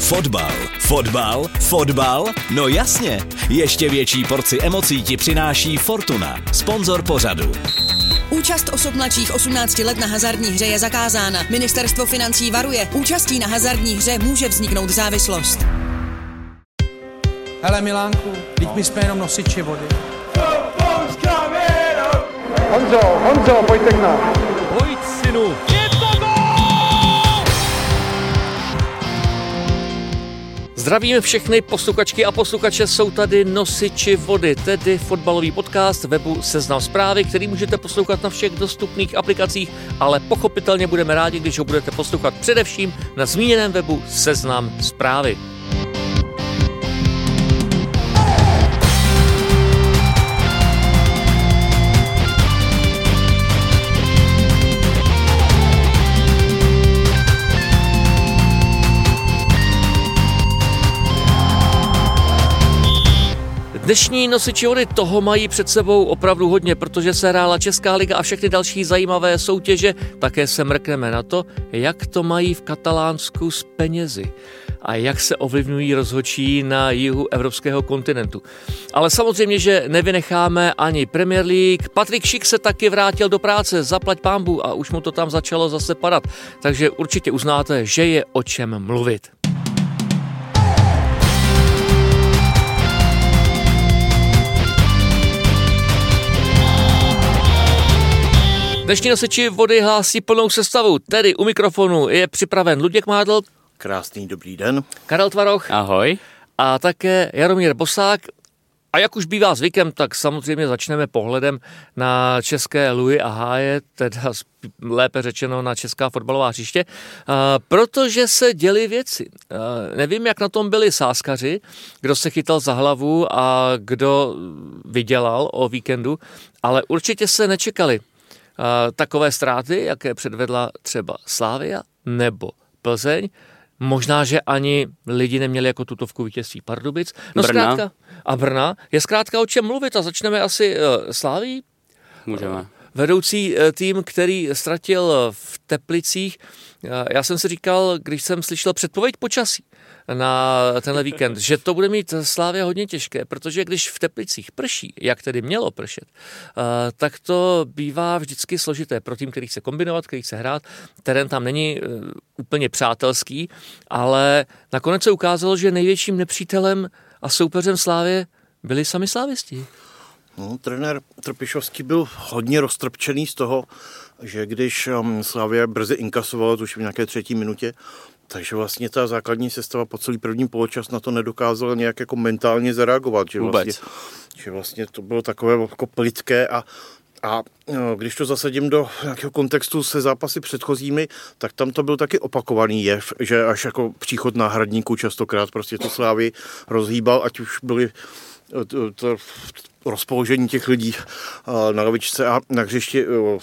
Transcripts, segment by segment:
Fotbal? No jasně. Ještě větší porci emocí ti přináší Fortuna, sponzor pořadu. Účast osob mladších 18 let na hazardní hře je zakázána. Ministerstvo financí varuje. Účastí na hazardní hře může vzniknout závislost. Hele Milánku, teď my jsme jenom nosiči vody. Honzo, pojďte k nám. Pojď, synu. Je to gól! Zdravíme všechny posluchačky a posluchače, jsou tady nosiči vody, tedy fotbalový podcast webu Seznam Zprávy, který můžete poslouchat na všech dostupných aplikacích, ale pochopitelně budeme rádi, když ho budete poslouchat především na zmíněném webu Seznam Zprávy. Dnešní nosiči vody toho mají před sebou opravdu hodně, protože se hrála Česká liga a všechny další zajímavé soutěže. Také se mrkneme na to, jak to mají v Katalánsku s penězi a jak se ovlivňují rozhodčí na jihu evropského kontinentu. Ale samozřejmě, že nevynecháme ani Premier League. Patrik Schick se taky vrátil do práce, zaplať pánbůh, a už mu to tam začalo zase padat. Takže určitě uznáte, že je o čem mluvit. Dnešní nosiči vody hlásí plnou sestavu, tedy u mikrofonu je připraven Luděk Mádl. Krásný dobrý den. Karel Tvaroch. Ahoj. A také Jaromír Bosák. A jak už bývá zvykem, tak samozřejmě začneme pohledem na české luhy a háje, teda lépe řečeno na česká fotbalová hřiště, protože se děly věci. Nevím, jak na tom byli sázkaři, kdo se chytal za hlavu a kdo vydělal o víkendu, ale určitě se nečekali takové ztráty, jaké předvedla třeba Slavia nebo Plzeň. Možná, že ani lidi neměli jako tutovku vítězství Pardubic. No Brna. Zkrátka, a Brna. Je zkrátka o čem mluvit a začneme asi Slavií. Můžeme. Vedoucí tým, který ztratil v Teplicích. Já jsem si říkal, když jsem slyšel předpověď počasí na tenhle víkend, že to bude mít Slavia hodně těžké, protože když v Teplicích prší, jak tedy mělo pršet, tak to bývá vždycky složité pro tým, který chce kombinovat, který chce hrát. Terén tam není úplně přátelský, ale nakonec se ukázalo, že největším nepřítelem a soupeřem Slavie byli sami slávisti. No, trenér Trpišovský byl hodně roztrpčený z toho, že když Slavia brzy inkasovala, tuším v nějaké 3. minutě, takže vlastně ta základní sestava po celý první poločas na to nedokázala nějak jako mentálně zareagovat. Že vlastně to bylo takové jako plitké a když to zasadím do nějakého kontextu se zápasy předchozími, tak tam to byl taky opakovaný jev, že až jako příchod náhradníků častokrát prostě to Slavii rozhýbal, ať už byli to rozpoložení těch lidí na lavičce a na hřišti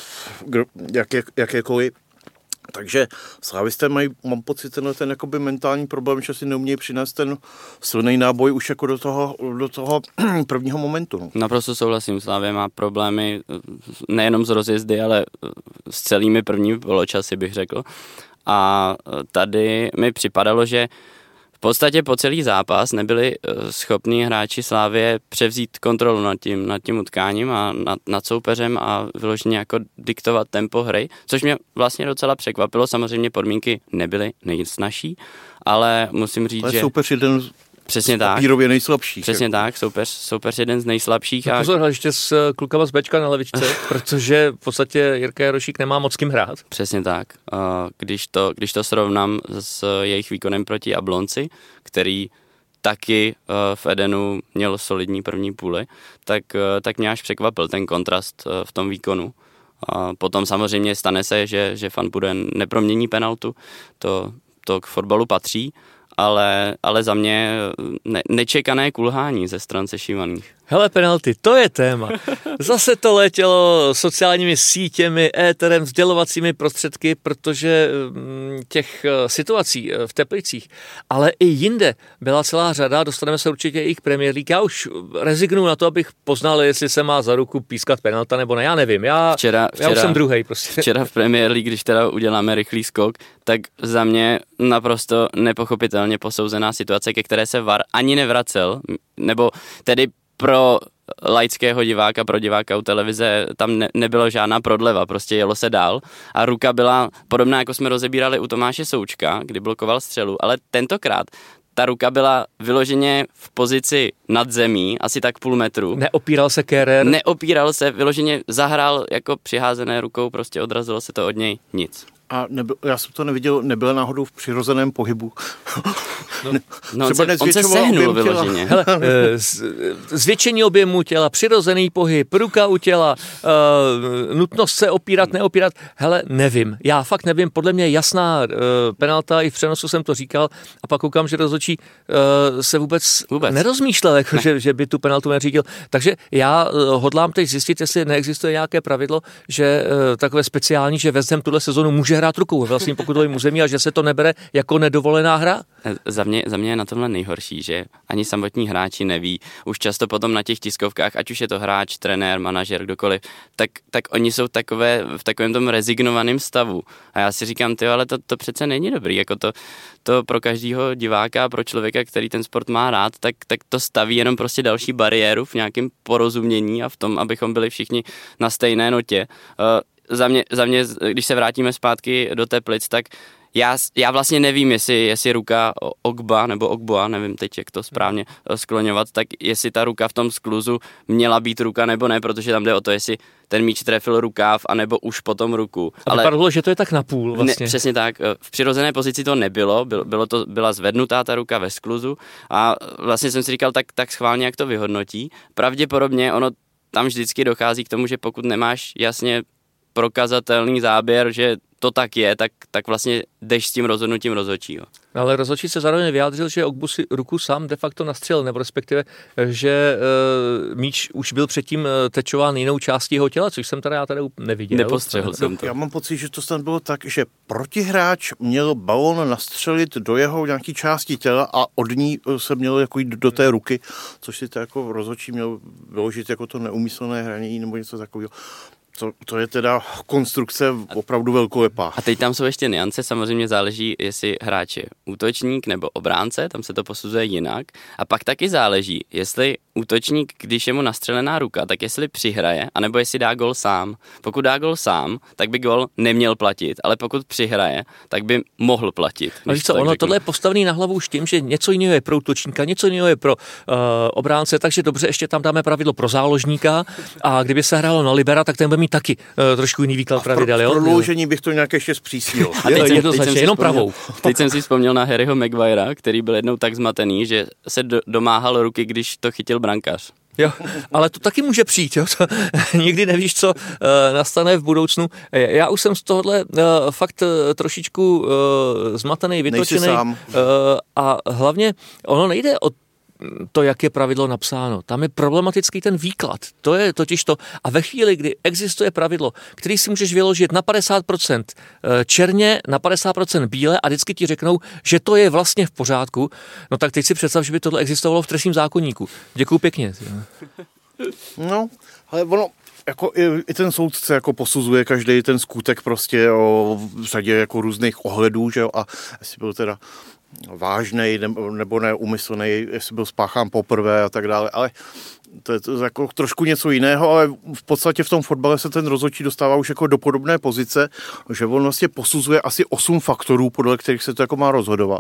jakékoliv. Takže slávisté mají, mám pocit, ten jakoby mentální problém, že si neumějí přinést ten silný náboj už jako do toho prvního momentu. No. Naprosto souhlasím, Slavia má problémy nejenom z rozjezdy, ale s celými první poločasy, bych řekl. A tady mi připadalo, že v podstatě po celý zápas nebyli schopní hráči Slavie převzít kontrolu nad tím utkáním a nad soupeřem a vyloženě jako diktovat tempo hry, což mě vlastně docela překvapilo. Samozřejmě podmínky nebyly nejsnažší, ale musím říct, že soupeř jeden přesně tak. Papírově nejslabší. Přesně tak, soupeř jeden z nejslabších. No pozor, ještě s klukama z Bčka na levičce, protože v podstatě Jirka Jarošík nemá moc kým hrát. Přesně tak. Když to srovnám s jejich výkonem proti Jablonci, který taky v Edenu měl solidní první půli, tak mě až překvapil ten kontrast v tom výkonu. Potom samozřejmě stane se, že Fan Buren nepromění penaltu, to k fotbalu patří, ale za mě nečekané kulhání ze stran sešívaných. Hele, penalty, to je téma. Zase to letělo sociálními sítěmi, éterem, sdělovacími prostředky, protože těch situací v Teplicích, ale i jinde byla celá řada, dostaneme se určitě i k Premier League. Já už rezignuju na to, abych poznal, jestli se má za ruku pískat penalta nebo ne, já nevím. Já už jsem druhej prostě. Včera v Premier League, když teda uděláme rychlý skok, tak za mě naprosto nepochopitelně posouzená situace, ke které se VAR ani nevracel, nebo tedy pro laického diváka, pro diváka u televize, tam nebylo žádná prodleva, prostě jelo se dál a ruka byla podobná, jako jsme rozebírali u Tomáše Součka, kdy blokoval střelu, ale tentokrát ta ruka byla vyloženě v pozici nad zemí, asi tak půl metru. Neopíral se Kerrer? Neopíral se, vyloženě zahrál jako přiházené rukou, prostě odrazilo se to od něj, nic. A já jsem to neviděl, nebyl náhodou v přirozeném pohybu. On se sehnul vyloženě. Hele, zvětšení objemu těla, přirozený pohyb, ruka u těla, nutnost se opírat, neopírat. Hele, nevím. Já fakt nevím. Podle mě jasná penalta, i v přenosu jsem to říkal a pak koukám, že rozhodčí se vůbec nerozmýšlel, jako, že by tu penaltu neřídil. Takže já hodlám teď zjistit, jestli neexistuje nějaké pravidlo, že takové speciální, že West Ham tuhle sezonu může hrát rukou ve vlastním pokutovém území a že se to nebere jako nedovolená hra? Za mě je na tomhle nejhorší, že ani samotní hráči neví. Už často potom na těch tiskovkách, ať už je to hráč, trenér, manažer, kdokoliv, tak oni jsou v takovém tom rezignovaném stavu. A já si říkám, ale to přece není dobrý. Jako to pro každého diváka, pro člověka, který ten sport má rád, tak to staví jenom prostě další bariéru v nějakém porozumění a v tom, abychom byli všichni na stejné notě. Za mě, když se vrátíme zpátky do Teplic, tak já vlastně nevím, jestli ruka Ogba nebo Ogboa, nevím teď, jak to správně skloňovat, tak jestli ta ruka v tom skluzu měla být ruka nebo ne, protože tam jde o to, jestli ten míč trefil rukáv, anebo už potom ruku. Ale vypadalo, že to je tak napůl vlastně. Ne, přesně tak. V přirozené pozici to nebylo, byla zvednutá ta ruka ve skluzu a vlastně jsem si říkal, tak schválně, jak to vyhodnotí. Pravděpodobně ono tam vždycky dochází k tomu, že pokud nemáš jasně prokazatelný záběr, že to tak je, tak vlastně jdeš s tím rozhodnutím rozhodčího. Ale rozhodčí se zároveň vyjádřil, že Ogbu si ruku sám de facto nastřelil, nebo respektive, že míč už byl předtím tečován jinou částí jeho těla, což jsem já tady neviděl. Nepostřehl jsem to. Já mám pocit, že to snad bylo tak, že protihráč měl balón nastřelit do jeho nějaký části těla a od ní se měl jako jít do té ruky, což si to jako rozhodčí měl vyložit jako to neumyslné hraní nebo něco takového. To je teda konstrukce opravdu velkolepá. A teď tam jsou ještě nuance, samozřejmě záleží, jestli hráč je útočník nebo obránce, tam se to posuzuje jinak. A pak taky záleží, jestli útočník, když je mu nastřelená ruka, tak jestli přihraje, anebo jestli dá gol sám. Pokud dá gol sám, tak by gol neměl platit, ale pokud přihraje, tak by mohl platit. Ale víš co, tohle je postavený na hlavu už tím, že něco jiného je pro útočníka, něco jiného je pro obránce, takže dobře, ještě tam dáme pravidlo pro záložníka a kdyby se hrálo na libera, tak ten bude mít taky trošku jiný výklad pravidel. Pro prodloužení bych to nějak ještě zpřísnil. Jenom pravou. Teď jsem si vzpomněl na Harryho Maguirea, který byl jednou tak zmatený, že se domáhal ruky, když to chytil brankář. Jo, ale to taky může přijít, jo? Nikdy nevíš, co nastane v budoucnu. Já už jsem z tohohle fakt trošičku zmatený, vytočený. A hlavně ono nejde o to, jak je pravidlo napsáno. Tam je problematický ten výklad. To je totiž to. A ve chvíli, kdy existuje pravidlo, který si můžeš vyložit na 50% černě, na 50% bíle a vždycky ti řeknou, že to je vlastně v pořádku, no tak teď si představ, že by tohle existovalo v trestním zákoníku. Děkuju pěkně. No, ale ono, jako i ten soudce jako posuzuje každý ten skutek prostě o řadě jako různých ohledů, že jo, a jestli byl teda vážnej nebo neumyslnej, jestli byl spáchán poprvé a tak dále, ale to je jako trošku něco jiného, ale v podstatě v tom fotbale se ten rozhodčí dostává už jako do podobné pozice, že on vlastně posuzuje asi 8 faktorů, podle kterých se to jako má rozhodovat.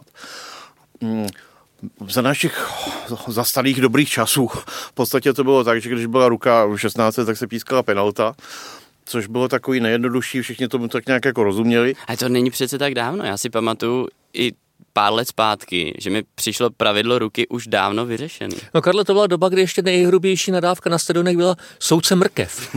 Za našich zastarých dobrých časů v podstatě to bylo tak, že když byla ruka v 16, tak se pískala penalta, což bylo takový nejjednodušší, všichni tomu tak nějak jako rozuměli. Ale to není přece tak dávno, já si pamatuju i pár let zpátky, že mi přišlo pravidlo ruky už dávno vyřešený. No Karle, to byla doba, kdy ještě nejhrubější nadávka na stadionech byla soudce mrkev.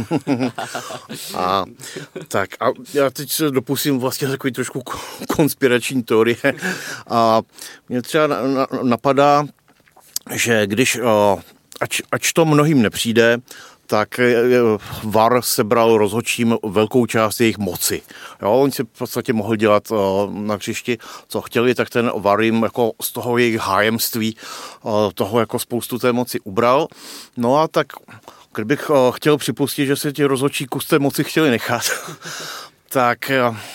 Tak a já teď se dopustím vlastně takový trošku konspirační teorie a mě třeba napadá, že když ač to mnohým nepřijde, tak VAR sebral rozhodčím velkou část jejich moci. Jo, oni si v podstatě mohli dělat na hřišti, co chtěli, tak ten VAR jim jako z toho jejich hájemství toho jako spoustu té moci ubral. No a tak, kdybych chtěl připustit, že si ti rozhodčí kus té moci chtěli nechat, tak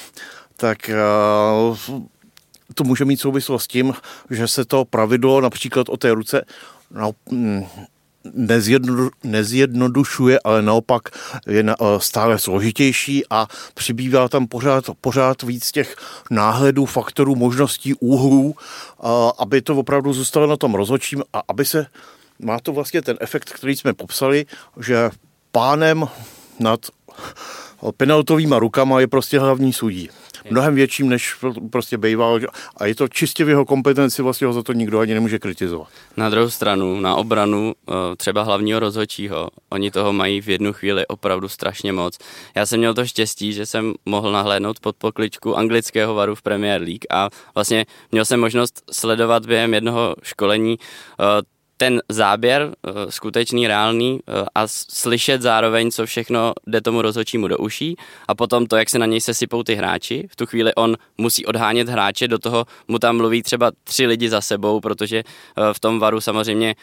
to může mít souvislost s tím, že se to pravidlo například o té ruce nezjednodušuje, ale naopak je stále složitější a přibývá tam pořád víc těch náhledů, faktorů, možností, úhlů, aby to opravdu zůstalo na tom rozhodčím a má to vlastně ten efekt, který jsme popsali, že pánem nad penaltovýma rukama je prostě hlavní sudí. Mnohem větším, než prostě bejval. A je to čistě v jeho kompetenci, vlastně ho za to nikdo ani nemůže kritizovat. Na druhou stranu, na obranu třeba hlavního rozhodčího, oni toho mají v jednu chvíli opravdu strašně moc. Já jsem měl to štěstí, že jsem mohl nahlédnout pod pokličku anglického VARu v Premier League a vlastně měl jsem možnost sledovat během jednoho školení ten záběr skutečný, reálný a slyšet zároveň, co všechno jde tomu rozhodčímu do uší a potom to, jak se na něj sesypou ty hráči. V tu chvíli on musí odhánět hráče, do toho mu tam mluví třeba 3 lidi za sebou, protože v tom VARu samozřejmě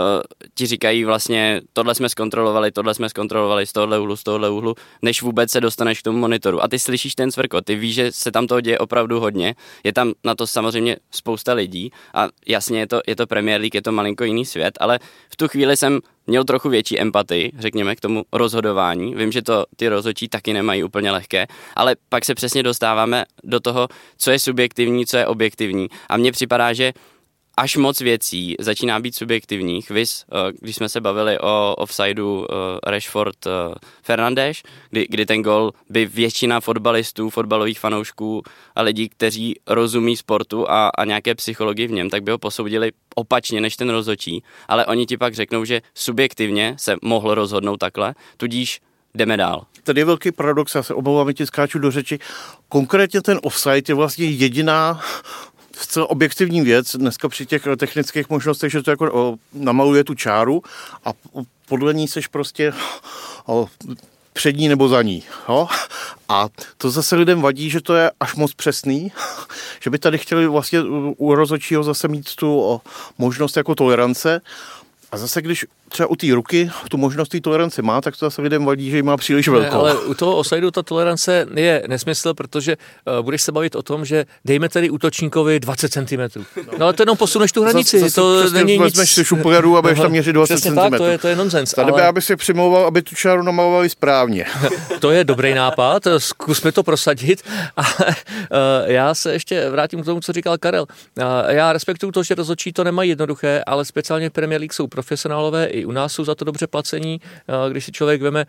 ti říkají vlastně tohle jsme zkontrolovali z tohohle úhlu, než vůbec se dostaneš k tomu monitoru. A ty slyšíš ten cvrkot, ty víš, že se tam toho děje opravdu hodně. Je tam na to samozřejmě spousta lidí a jasně je to Premier League, je to malinko jiný svět, ale v tu chvíli jsem měl trochu větší empatii, řekněme, k tomu rozhodování. Vím, že to ty rozhodčí taky nemají úplně lehké, ale pak se přesně dostáváme do toho, co je subjektivní, co je objektivní. A mně připadá, že až moc věcí začíná být subjektivních. Viz, když jsme se bavili o offsideu Rashford Fernandes, kdy ten gol by většina fotbalistů, fotbalových fanoušků a lidí, kteří rozumí sportu a nějaké psychologii v něm, tak by ho posoudili opačně než ten rozhodčí, ale oni ti pak řeknou, že subjektivně se mohl rozhodnout takhle, tudíž jdeme dál. Tady je velký paradox, já se obávám, že ti skáču do řeči. Konkrétně ten offside je vlastně jediná zcela objektivní věc dneska při těch technických možnostech, že to jako namaluje tu čáru a podle ní seš prostě před ní nebo za ní. Jo? A to zase lidem vadí, že to je až moc přesný, že by tady chtěli vlastně u rozhodčího zase mít tu možnost jako tolerance. A zase, když třeba u té ruky tu možnost té tolerance má, tak to zase lidem vadí, že ji má příliš velkou. Ale u toho offsideu ta tolerance je nesmysl, protože budeš se bavit o tom, že dejme tedy útočníkovi 20 cm. No ale to jenom posuneš tu hranici. Zase to není nic. Vezmeš si šuplíru a budeš tam měřit 20 cm. Tak, to je nonsens. Tady by já bych si přimlouval, aby tu čáru namalovali správně. To je dobrý nápad, zkusme to prosadit. Ale já se ještě vrátím k tomu, co říkal Karel. Já respektuju to, že rozhodčí to nemají jednoduché, ale speciálně v Premier League jsou profesionálové, i u nás jsou za to dobře placení, když si člověk veme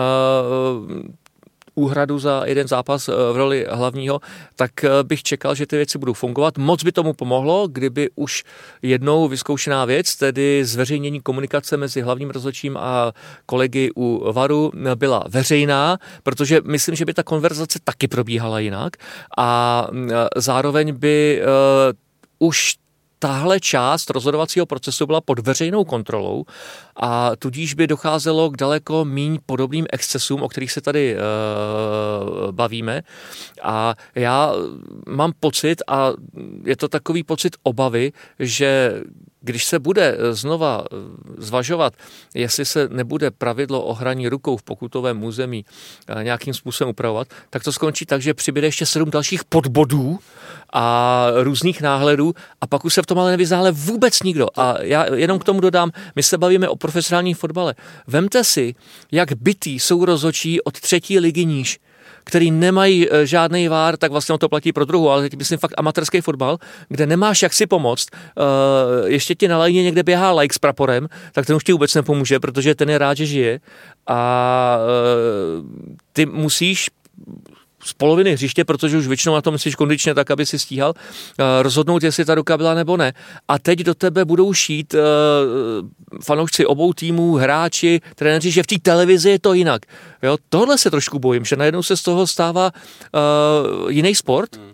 úhradu za jeden zápas v roli hlavního, tak bych čekal, že ty věci budou fungovat. Moc by tomu pomohlo, kdyby už jednou vyzkoušená věc, tedy zveřejnění komunikace mezi hlavním rozhodčím a kolegy u VARu byla veřejná, protože myslím, že by ta konverzace taky probíhala jinak a zároveň by už tahle část rozhodovacího procesu byla pod veřejnou kontrolou a tudíž by docházelo k daleko míň podobným excesům, o kterých se tady bavíme. A já mám pocit, a je to takový pocit obavy, že když se bude znova zvažovat, jestli se nebude pravidlo o hraní rukou v pokutovém území nějakým způsobem upravovat, tak to skončí tak, že přibude ještě 7 dalších podbodů a různých náhledů a pak už se v tom ale nevyznále vůbec nikdo. A já jenom k tomu dodám, my se bavíme o profesionálním fotbale. Vemte si, jak bitý jsou rozhodčí od 3. ligy níž, který nemají žádný VAR, tak vlastně to platí pro druhou, ale teď myslím fakt amatérský fotbal, kde nemáš jak si pomoct, ještě ti na lajně někde běhá like s praporem, tak ten už ti vůbec nepomůže, protože ten je rád, že žije a ty musíš z poloviny hřiště, protože už většinou na tom myslíš kondičně tak, aby si stíhal rozhodnout, jestli ta ruka byla nebo ne. A teď do tebe budou šít fanoušci obou týmů, hráči, trenéři, že v té televizi je to jinak. Jo, tohle se trošku bojím, že najednou se z toho stává jiný sport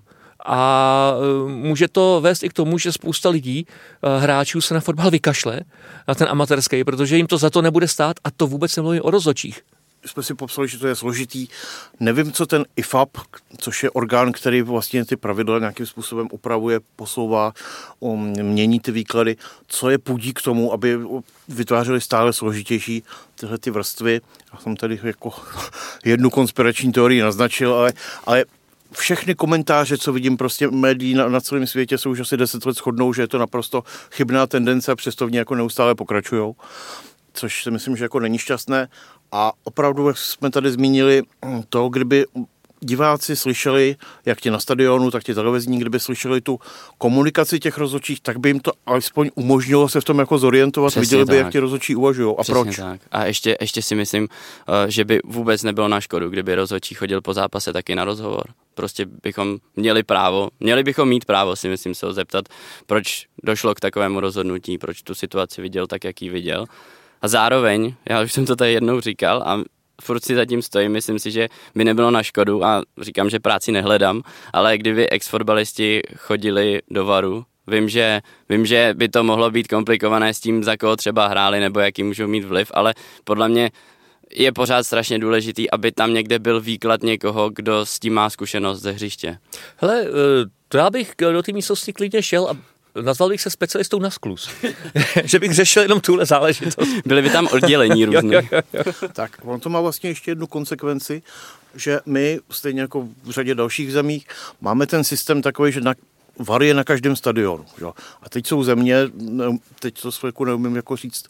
a může to vést i k tomu, že spousta lidí, hráčů se na fotbal vykašle, na ten amatérský, protože jim to za to nebude stát a to vůbec nemluvím o rozhodčích. Jsme si popsali, že to je složitý. Nevím, co ten IFAB, což je orgán, který vlastně ty pravidla nějakým způsobem upravuje, posouvá, mění ty výklady, co je půdí k tomu, aby vytvářeli stále složitější tyhle ty vrstvy. Já jsem tady jako jednu konspirační teorii naznačil, ale všechny komentáře, co vidím prostě médií na celém světě, jsou už asi 10 let shodnou, že je to naprosto chybná tendence a přesto v ní jako neustále pokračujou, což si myslím, že jako není šťastné. A opravdu, jak jsme tady zmínili, to, kdyby diváci slyšeli, jak ti na stadionu, tak ti televizní, kdyby slyšeli tu komunikaci těch rozhodčích, tak by jim to alespoň umožnilo se v tom jako zorientovat, Přesně viděli by, tak. jak ti rozhodčí uvažují a Přesně proč. Tak. A ještě si myslím, že by vůbec nebylo na škodu, kdyby rozhodčí chodil po zápase taky na rozhovor. Prostě bychom měli bychom mít právo, si myslím, se ho zeptat, proč došlo k takovému rozhodnutí, proč tu situaci viděl tak, jak ji viděl. A zároveň, já už jsem to tady jednou říkal a furt si zatím stojím, myslím si, že by nebylo na škodu a říkám, že práci nehledám, ale kdyby ex-fotbalisti chodili do VARu, vím, že by to mohlo být komplikované s tím, za koho třeba hráli nebo jaký můžou mít vliv, ale podle mě je pořád strašně důležitý, aby tam někde byl výklad někoho, kdo s tím má zkušenost ze hřiště. Hele, to já bych do té místnosti klidně šel a nazval bych se specialistou na skluz. Že bych řešil jenom tuhle záležitost. Byly by tam oddělení různé. Tak, on to má vlastně ještě jednu konsekvenci, že my, stejně jako v řadě dalších zemích, máme ten systém takový, že VAR je na každém stadionu. Jo? A teď jsou země, teď to svojku neumím jako říct,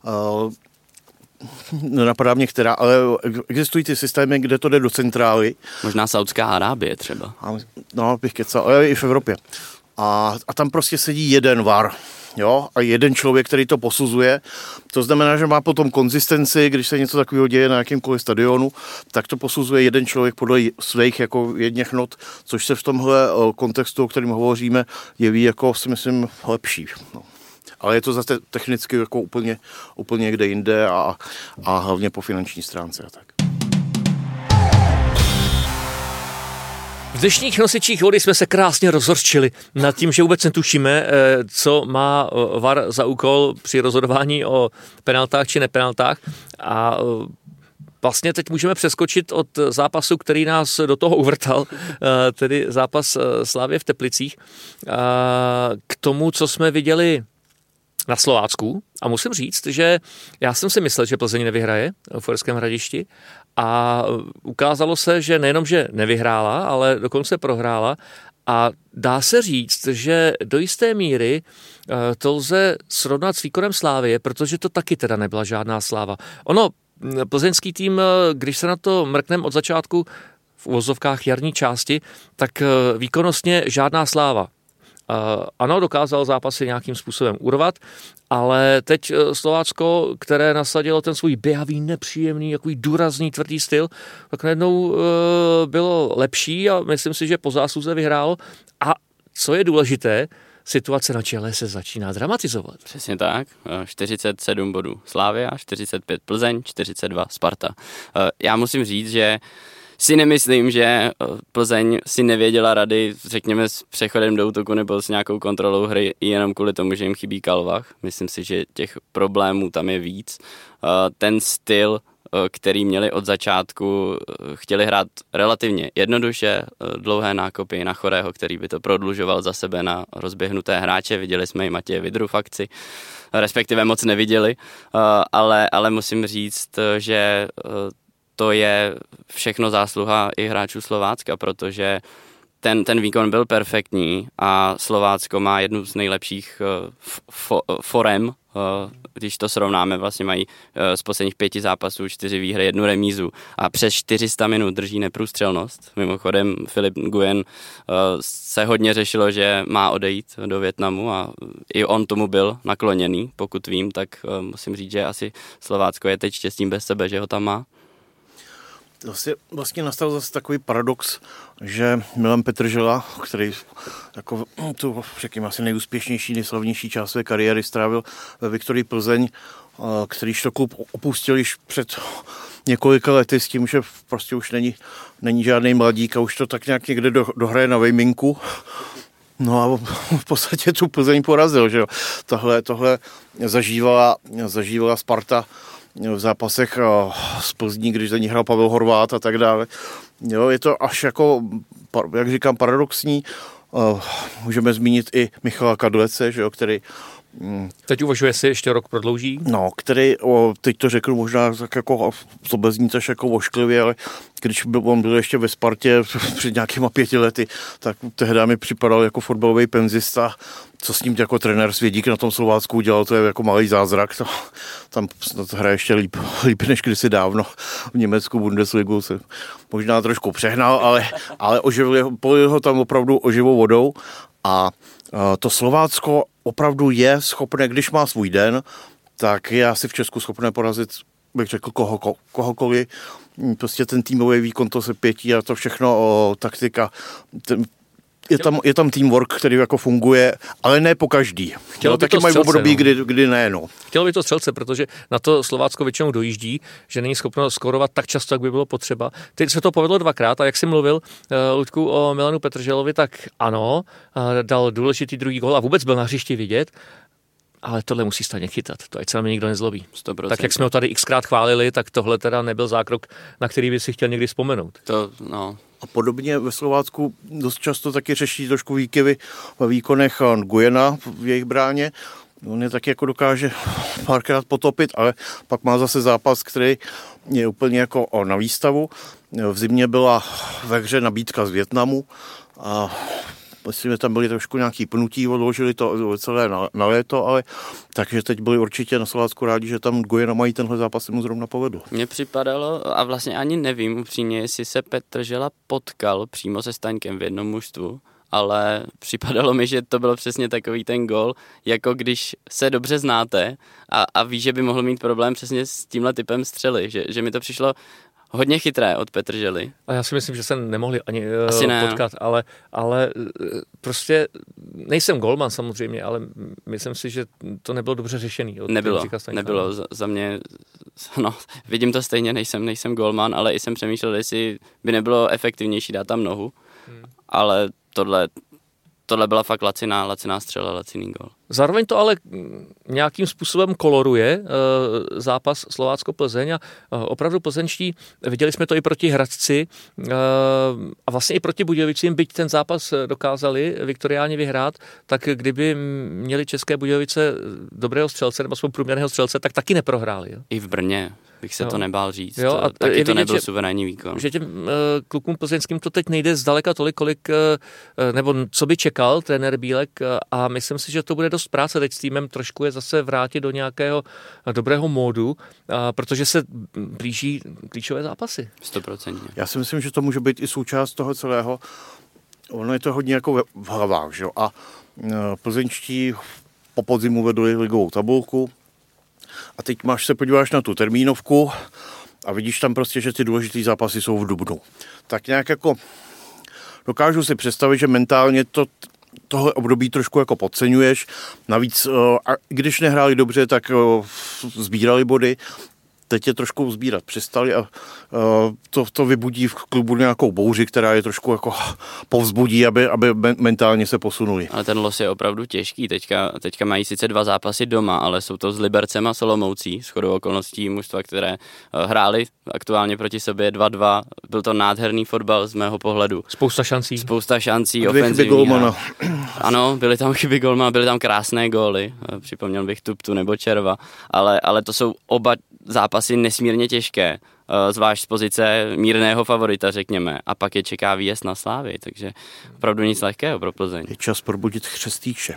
nenapadá mě která, ale existují ty systémy, kde to jde do centrály. Možná Saudská Arábie třeba. No, bych kecal, ale i v Evropě. A tam prostě sedí jeden VAR, jo, a jeden člověk, který to posuzuje. To znamená, že má potom konzistenci, když se něco takového děje na jakýmkoliv stadionu, tak to posuzuje jeden člověk podle svých jako jedněch not, což se v tomhle kontextu, o kterém hovoříme, jeví jako, si myslím, lepší. No. Ale je to zase technicky jako úplně někde jinde a hlavně po finanční stránce a tak. V dnešních nosičích vody jsme se krásně rozhorčili nad tím, že vůbec netušíme, co má VAR za úkol při rozhodování o penaltách či nepenaltách. A vlastně teď můžeme přeskočit od zápasu, který nás do toho uvrtal, tedy zápas Slavie v Teplicích, k tomu, co jsme viděli na Slovácku. A musím říct, že já jsem si myslel, že Plzeň nevyhraje v Uherském Hradišti a ukázalo se, že nejenom, že nevyhrála, ale dokonce prohrála a dá se říct, že do jisté míry to lze srovnat s výkonem Slávie, protože to taky teda nebyla žádná sláva. Ono, plzeňský tým, když se na to mrknem od začátku v uvozovkách jarní části, tak výkonnostně žádná sláva. Ano, dokázal zápasy nějakým způsobem urvat, ale teď Slovácko, které nasadilo ten svůj běhavý, nepříjemný, takový důrazný, tvrdý styl, tak najednou bylo lepší a myslím si, že po zásluze vyhrálo. A co je důležité, situace na čele se začíná dramatizovat. Přesně tak, 47 bodů Slavia, 45 Plzeň, 42 Sparta. Já musím říct, že si nemyslím, že Plzeň si nevěděla rady, řekněme, s přechodem do útoku nebo s nějakou kontrolou hry jenom kvůli tomu, že jim chybí Kalvach. Myslím si, že těch problémů tam je víc. Ten styl, který měli od začátku, chtěli hrát relativně jednoduše, dlouhé nákopy na Chorého, který by to prodlužoval za sebe na rozběhnuté hráče. Viděli jsme i Matěje Vydru v akci, respektive moc neviděli, ale musím říct, že to je všechno zásluha i hráčů Slovácka, protože ten výkon byl perfektní a Slovácko má jednu z nejlepších forem, když to srovnáme, vlastně mají z posledních 5 zápasů 4 výhry, 1 remízu a přes 400 minut drží neprůstřelnost. Mimochodem Filip Nguyen se hodně řešilo, že má odejít do Vietnamu a i on tomu byl nakloněný, pokud vím, tak musím říct, že asi Slovácko je teď štěstím bez sebe, že ho tam má. Vlastně nastal zase takový paradox, že Milan Petržela, který jako tu, řekněme, asi nejúspěšnější, nejslavnější část své kariéry strávil ve Viktorii Plzeň, kterýž to klub opustil již před několika lety s tím, že prostě už není žádný mladík a už to tak nějak někde dohraje na vejminku. No a v podstatě tu Plzeň porazil, že jo. Tohle zažívala Sparta v zápasech z Plzní, když za ní hrál Pavel Horváth a tak dále. Jo, je to až jako, jak říkám, paradoxní. Můžeme zmínit i Michala Kadlece, že jo, který... Teď uvažuje si ještě rok prodlouží? No, který, teď to řeknu možná tak jako, to bez ní až jako ošklivě, ale když on byl ještě ve Spartě před nějakýma 5 lety, tak tehdy mi připadal jako fotbalový penzista, co s ním jako trenér Svědík na tom Slovácku udělal, to je jako malý zázrak, tam to hraje ještě líp než kdysi dávno v Německu Bundesligu, se možná trošku přehnal, ale polil ho tam opravdu oživou vodou a to Slovácko opravdu je schopné, když má svůj den, tak je asi v Česku schopné porazit, bych řekl, kohokoliv. Prostě ten týmový výkon, to se pětí a to všechno, taktika. Je tam teamwork, který jako funguje, ale ne po každý. Taky mají období, kdy ne. No. Chtělo by to střelce, protože na to Slovácko většinou dojíždí, že není schopno skórovat tak často, jak by bylo potřeba. Teď se to povedlo 2krát a jak jsi mluvil, Luďku, o Milanu Petrželovi, tak ano, dal důležitý druhý gól a vůbec byl na hřišti vidět. Ale tohle musí stejně chytat, to ať se na mě nikdo nezlobí. 100%. Tak jak jsme ho tady xkrát chválili, tak tohle teda nebyl zákrok, na který by si chtěl někdy vzpomenout. A podobně ve Slovácku dost často taky řeší trošku výkyvy ve výkonech Nguyena v jejich bráně. On je taky jako dokáže párkrát potopit, ale pak má zase zápas, který je úplně jako na výstavu. V zimě byla ve hře nabídka z Vietnamu a myslím, že tam byly trošku nějaký pnutí, odložili to celé na léto, ale takže teď byli určitě na Slovácku rádi, že tam Gojena mají tenhle zápas, se mu zrovna povedl. Mně připadalo, a vlastně ani nevím upřímně, jestli se Petržela potkal přímo se Staňkem v jednom mužstvu, ale připadalo mi, že to byl přesně takový ten gól, jako když se dobře znáte a ví, že by mohl mít problém přesně s tímhle typem střely, že mi to přišlo hodně chytré od Petržely. A já si myslím, že se nemohli ani ne, potkat, ale prostě nejsem golman samozřejmě, ale myslím si, že to nebylo dobře řešený. Nebylo. Za mě, no, vidím to stejně, nejsem golman, ale i jsem přemýšlel, jestli by nebylo efektivnější dát tam nohu, ale tohle byla fakt laciná střela, laciný gól. Zároveň to ale nějakým způsobem koloruje zápas Slovácko-Plzeň a opravdu plzeňští, viděli jsme to i proti Hradci a vlastně i proti Budějovicím, byť ten zápas dokázali viktoriálně vyhrát, tak kdyby měli České Budějovice dobrého střelce nebo aspoň průměrného střelce, tak taky neprohráli. Jo? I v Brně bych se to nebál říct. Jo, a taky to nebyl suverénní výkon. Že těm klukům plzeňským to teď nejde zdaleka tolik, kolik, nebo co by čekal trenér Bílek a myslím si, že to bude dost práce teď s týmem trošku je zase vrátit do nějakého dobrého módu, protože se blíží klíčové zápasy. 100%. Já si myslím, že to může být i součást toho celého. Ono je to hodně jako v hlavách, že? A plzeňští po podzimu vedli ligovou tabulku a teď se podíváš na tu termínovku a vidíš tam prostě, že ty důležitý zápasy jsou v dubnu. Tak nějak jako dokážu si představit, že mentálně tohle období trošku jako podceňuješ. Navíc, když nehráli dobře, tak sbírali body. Teď je trošku sbírat přestali a to vybudí v klubu nějakou bouři, která je trošku jako povzbudí, aby mentálně se posunuli. Ale ten los je opravdu těžký. Teďka mají sice 2 zápasy doma, ale jsou to s Libercem a Solomoucí, shodou okolností mužstva, které hráli aktuálně proti sobě 2-2. Byl to nádherný fotbal z mého pohledu. Spousta šancí, ofenzivní. Ano, byly tam chyby golmana, byly tam krásné góly. Připomněl bych Tuptu nebo Červa, ale to jsou oba zápasy nesmírně těžké, zvlášť z pozice mírného favorita, řekněme, a pak je čeká výjezd na Slávy, takže opravdu nic lehkého pro Plzeň. Je čas probudit chřestíče.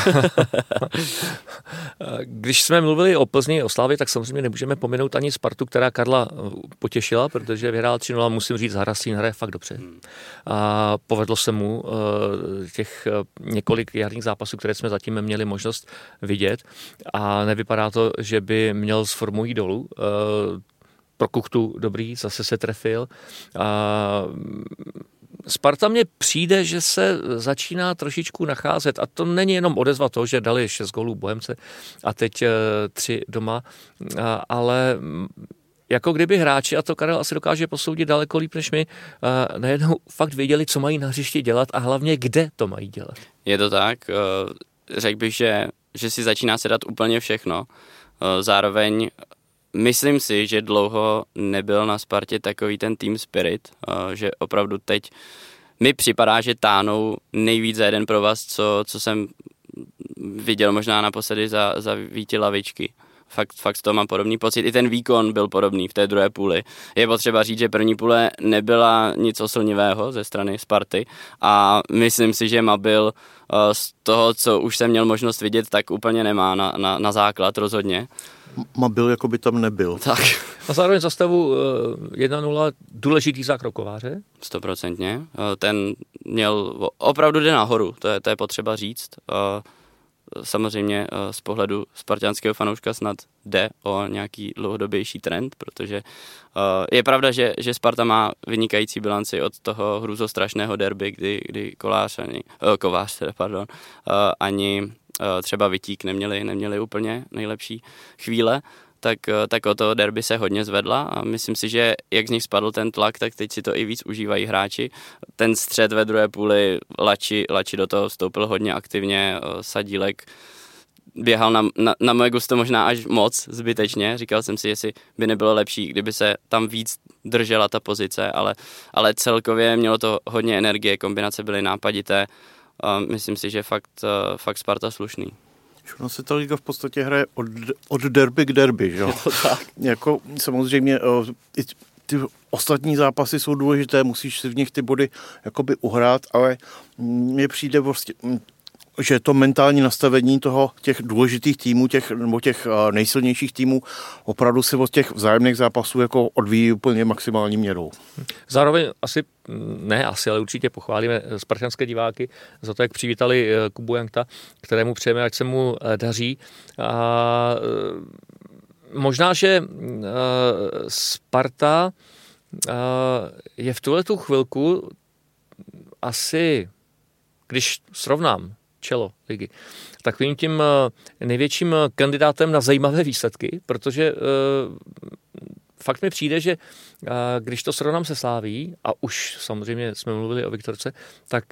Když jsme mluvili o Plzni, o Slávy, tak samozřejmě nemůžeme pominout ani Spartu, která Karla potěšila, protože vyhrál 3-0, musím říct, Harasín hraje fakt dobře. A povedlo se mu těch několik jarních zápasů, které jsme zatím měli možnost vidět a nevypadá to, že by měl s formou jít dolů. Pro Kuchtu dobrý, zase se trefil. Sparta mně přijde, že se začíná trošičku nacházet a to není jenom odezva toho, že dali 6 gólů Bohemce a teď 3 doma, ale jako kdyby hráči, a to Karel asi dokáže posoudit daleko líp než my, najednou fakt věděli, co mají na hřišti dělat a hlavně kde to mají dělat. Je to tak, řekl bych, že si začíná se dát úplně všechno. Zároveň myslím si, že dlouho nebyl na Spartě takový ten team spirit, že opravdu teď mi připadá, že táhnou nejvíc za jeden provaz, co jsem viděl možná naposledy za Víti Lavičky. Fakt z toho mám podobný pocit. I ten výkon byl podobný v té druhé půli. Je potřeba říct, že první půle nebyla nic oslnivého ze strany Sparty a myslím si, že Mabil z toho, co už jsem měl možnost vidět, tak úplně nemá na základ rozhodně. Mabil jako by tam nebyl. Tak. A zároveň za stavu 1-0 důležitý zákrok Kováře. 100%. Ten měl opravdu jde nahoru, to je potřeba říct. Samozřejmě z pohledu spartanského fanouška snad jde o nějaký dlouhodobější trend, protože je pravda, že Sparta má vynikající bilanci od toho hrůzostrašného derby, kdy Kovář ani třeba Vitík neměli úplně nejlepší chvíle, tak o to derby se hodně zvedla a myslím si, že jak z nich spadl ten tlak, tak teď si to i víc užívají hráči. Ten střed ve druhé půli Lači do toho vstoupil hodně aktivně, Sadílek běhal na moje gusto možná až moc zbytečně. Říkal jsem si, jestli by nebylo lepší, kdyby se tam víc držela ta pozice, ale celkově mělo to hodně energie, kombinace byly nápadité. Myslím si, že fakt Sparta slušný. Ono se ta liga v podstatě hraje od derby k derby, že? Jako samozřejmě ty ostatní zápasy jsou důležité, musíš si v nich ty body jakoby uhrát, ale mně přijde vlastně, že to mentální nastavení těch důležitých týmů, těch nejsilnějších týmů opravdu se od těch vzájemných zápasů jako odvíjí úplně maximální měrou. Zároveň ale určitě pochválíme spartanské diváky za to, jak přivítali Kubu Jankta, kterému přejeme, ať se mu daří. A možná, že Sparta je v tuhletu chvilku asi, když srovnám čelo ligy, takovým tím největším kandidátem na zajímavé výsledky, protože fakt mi přijde, že když to srovnám se Sláví, a už samozřejmě jsme mluvili o Viktorce, tak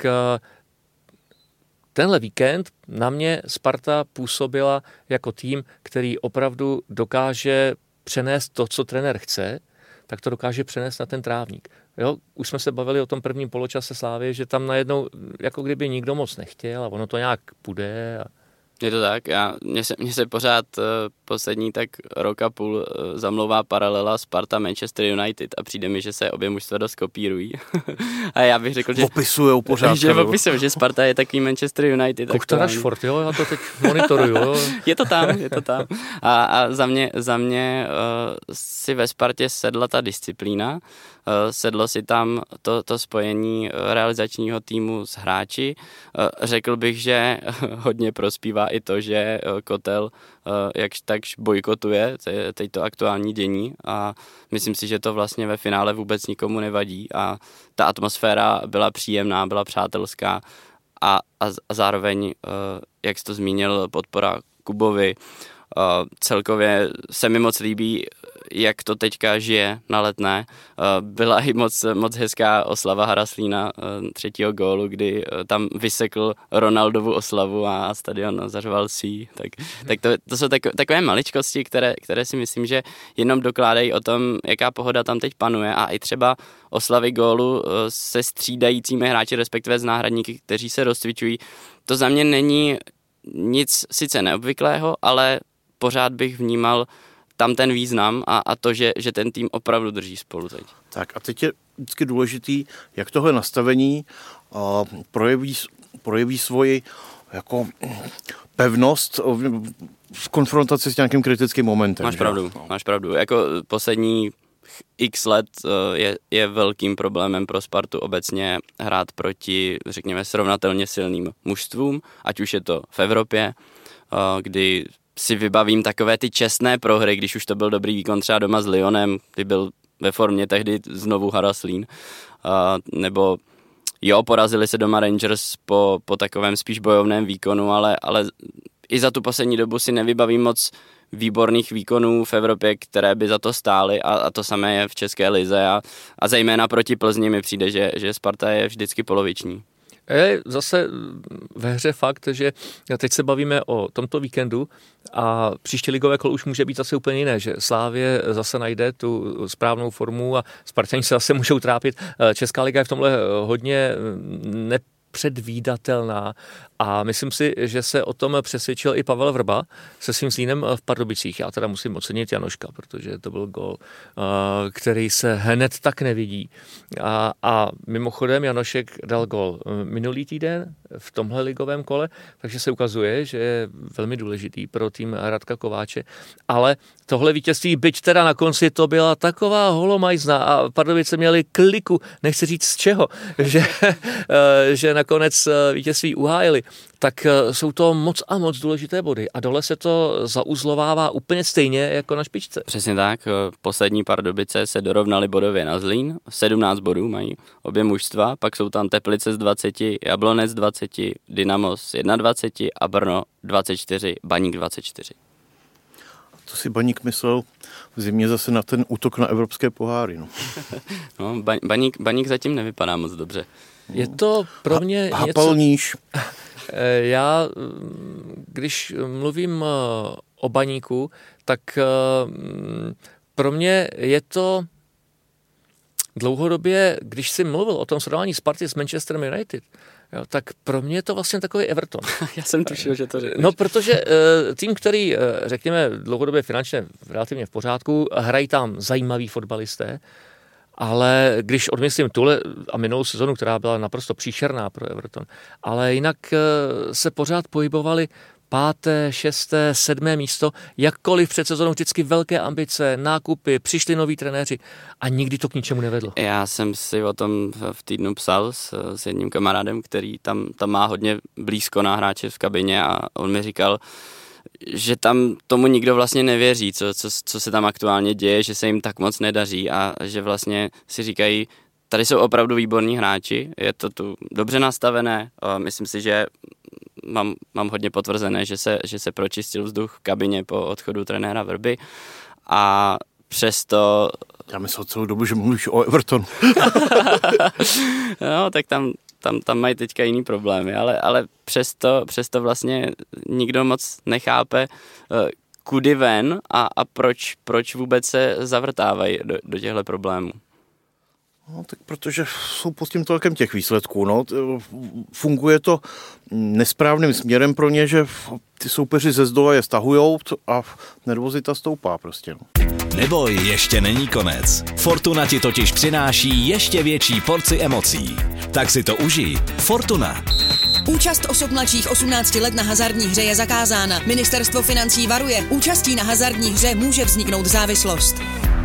tenhle víkend na mě Sparta působila jako tým, který opravdu dokáže přenést to, co trenér chce, tak to dokáže přenést na ten trávník. Jo, už jsme se bavili o tom prvním poločase Slávy, že tam najednou jako kdyby nikdo moc nechtěl a ono to nějak půjde. Je to tak, mně se pořád poslední tak rok a půl zamlouvá paralela Sparta Manchester United a přijde mi, že se obě mužstva dost kopírují. A já bych řekl, že opisujou pořád. Že Sparta je takový Manchester United. Kuchta Rashford, jo, já to teď monitoruju. Jo. je to tam. A za mě si ve Spartě sedla ta disciplína, sedlo si tam to spojení realizačního týmu s hráči. Řekl bych, že hodně prospívá i to, že Kotel jakž takž bojkotuje teď to aktuální dění a myslím si, že to vlastně ve finále vůbec nikomu nevadí a ta atmosféra byla příjemná, byla přátelská a zároveň, jak jsi to zmínil, podpora Kubovi. Celkově se mi moc líbí, jak to teďka žije na Letné. Byla i moc hezká oslava Haraslína 3. gólu, kdy tam vysekl Ronaldovu oslavu a stadion zařval si. Tak to jsou takové maličkosti, které si myslím, že jenom dokládají o tom, jaká pohoda tam teď panuje a i třeba oslavy gólu se střídajícími hráči, respektive z náhradníky, kteří se rozcvičují. To za mě není nic sice neobvyklého, ale pořád bych vnímal tam ten význam a to, že ten tým opravdu drží spolu teď. Tak a teď je vždycky důležitý, jak tohle nastavení projeví svoji jako pevnost v konfrontaci s nějakým kritickým momentem. Máš pravdu. Jako poslední x let je velkým problémem pro Spartu obecně hrát proti, řekněme, srovnatelně silným mužstvům, ať už je to v Evropě, kdy si vybavím takové ty čestné prohry, když už to byl dobrý výkon třeba doma s Lyonem, kdy byl ve formě tehdy znovu Haraslín, nebo jo, porazili se doma Rangers po takovém spíš bojovném výkonu, ale i za tu poslední dobu si nevybavím moc výborných výkonů v Evropě, které by za to stály a to samé je v České lize a zejména proti Plzni mi přijde, že Sparta je vždycky poloviční. Je zase ve hře fakt, že teď se bavíme o tomto víkendu a příští ligové kolo už může být zase úplně jiné, že Slavie zase najde tu správnou formu a Spartani se zase můžou trápit. Česká liga je v tomhle hodně nepředvídatelná a myslím si, že se o tom přesvědčil i Pavel Vrba se svým Zlínem v Pardubicích. Já teda musím ocenit Janoška, protože to byl gól, který se hned tak nevidí. A mimochodem Janošek dal gól minulý týden v tomhle ligovém kole, takže se ukazuje, že je velmi důležitý pro tým Radka Kováče. Ale tohle vítězství, byť teda na konci to byla taková holomajzna a Pardubice měli kliku, nechci říct z čeho, že nakonec vítězství uhájili, tak jsou to moc a moc důležité body a dole se to zauzlovává úplně stejně jako na špičce. Přesně tak, poslední Pardubice se dorovnali bodově na Zlín, 17 bodů mají obě mužstva, pak jsou tam Teplice z 20, Jablonec 20, Dynamos 21 a Brno 24, Baník 24. To si Baník myslel v zimě zase na ten útok na evropské poháry. No, Baník zatím nevypadá moc dobře. Je to pro mě Hapalníš. Já, když mluvím o Baníku, tak pro mě je to dlouhodobě, když jsi mluvil o tom srovnání Sparty s Manchesterem United, jo, tak pro mě je to vlastně takový Everton. Já jsem tušil, že to řekneš. No, protože tým, který, řekněme, dlouhodobě finančně relativně v pořádku, hrají tam zajímaví fotbalisté, ale když odmyslím tuhle a minulou sezonu, která byla naprosto příšerná pro Everton, ale jinak se pořád pohybovali 5., 6., 7. místo, jakkoliv před sezonou vždycky velké ambice, nákupy, přišli noví trenéři a nikdy to k ničemu nevedlo. Já jsem si o tom v týdnu psal s jedním kamarádem, který tam má hodně blízko na hráče v kabině a on mi říkal, že tam tomu nikdo vlastně nevěří, co se tam aktuálně děje, že se jim tak moc nedaří a že vlastně si říkají, tady jsou opravdu výborní hráči, je to tu dobře nastavené, myslím si, že mám hodně potvrzené, že se pročistil vzduch v kabině po odchodu trenéra Vrby a přesto... Já myslel celou dobu, že mluvíš o Evertonu. No, tak tam mají teďka jiný problémy, ale přesto vlastně nikdo moc nechápe, kudy ven a proč vůbec se zavrtávají do těchto problémů. No, tak protože jsou pod tím tlakem těch výsledků. No. Funguje to nesprávným směrem pro ně, že ty soupeři ze zdola je stahujou a nervozita stoupá prostě. Neboj, ještě není konec. Fortuna ti totiž přináší ještě větší porci emocí. Tak si to užij. Fortuna. Účast osob mladších 18 let na hazardní hře je zakázána. Ministerstvo financí varuje. Účastí na hazardní hře může vzniknout závislost.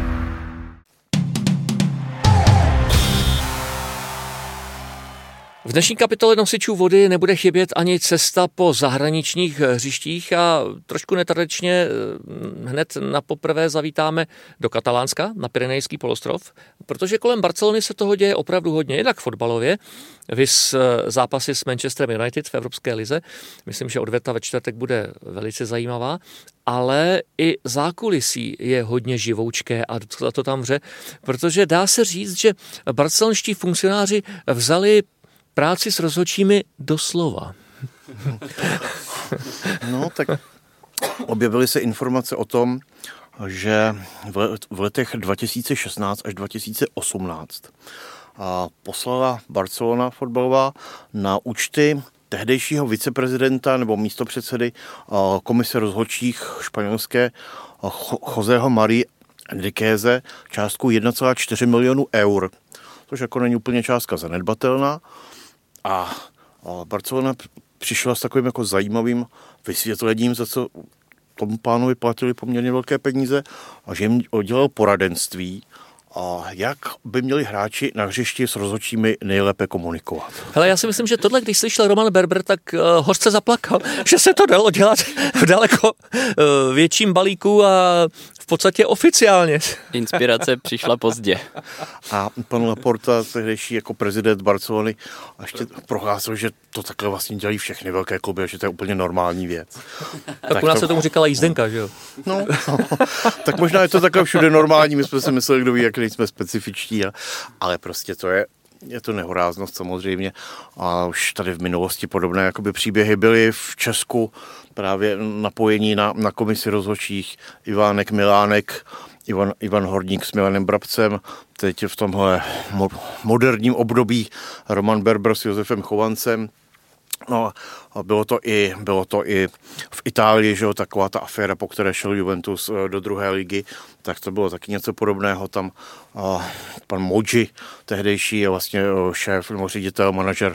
V dnešní kapitole nosičů vody nebude chybět ani cesta po zahraničních hřištích a trošku netradičně hned na poprvé zavítáme do Katalánska, na Pyrenejský polostrov, protože kolem Barcelony se toho děje opravdu hodně, jednak fotbalově, viz zápasy s Manchesterem United v Evropské lize, myslím, že odveta ve čtvrtek bude velice zajímavá, ale i zákulisí je hodně živoučké a docela to tam vře, protože dá se říct, že barcelonští funkcionáři vzali práci s rozhodčími doslova. No, tak objevily se informace o tom, že v letech 2016 až 2018 poslala Barcelona fotbalová na účty tehdejšího viceprezidenta nebo místopředsedy komise rozhodčích španělské Joseho Marie Enriqueze částku 1,4 milionu eur, což jako není úplně částka zanedbatelná. A Barcelona přišla s takovým jako zajímavým vysvětlením, za co tomu pánovi platili poměrně velké peníze a že jim udělal poradenství, a jak by měli hráči na hřišti s rozhodčími nejlépe komunikovat. Hele, já si myslím, že tohle, když slyšel Roman Berber, tak hořce zaplakal, že se to dalo dělat v daleko větším balíku a v podstatě oficiálně. Inspirace přišla pozdě. A pan Laporta, tehdejší jako prezident Barcelony, a ještě prohlásil, že to takhle vlastně dělají všechny velké kluby, a že to je úplně normální věc. Tak u nás se tomu říkala jízdenka, že jo? No, tak možná je to takhle všude normální, my jsme si mysleli, kdo ví, jak nejsme specifičtí, ale prostě je to nehoráznost samozřejmě a už tady v minulosti podobné jakoby příběhy byly v Česku právě napojení na komisi rozhodčích Ivánek, Milánek, Ivan Horník s Milanem Brabcem, teď v tomhle moderním období Roman Berber s Josefem Chovancem. No a bylo to i v Itálii, že jo, taková ta aféra, po které šel Juventus do druhé ligy, tak to bylo taky něco podobného. Tam pan Moggi, tehdejší je vlastně šéf nebo ředitel,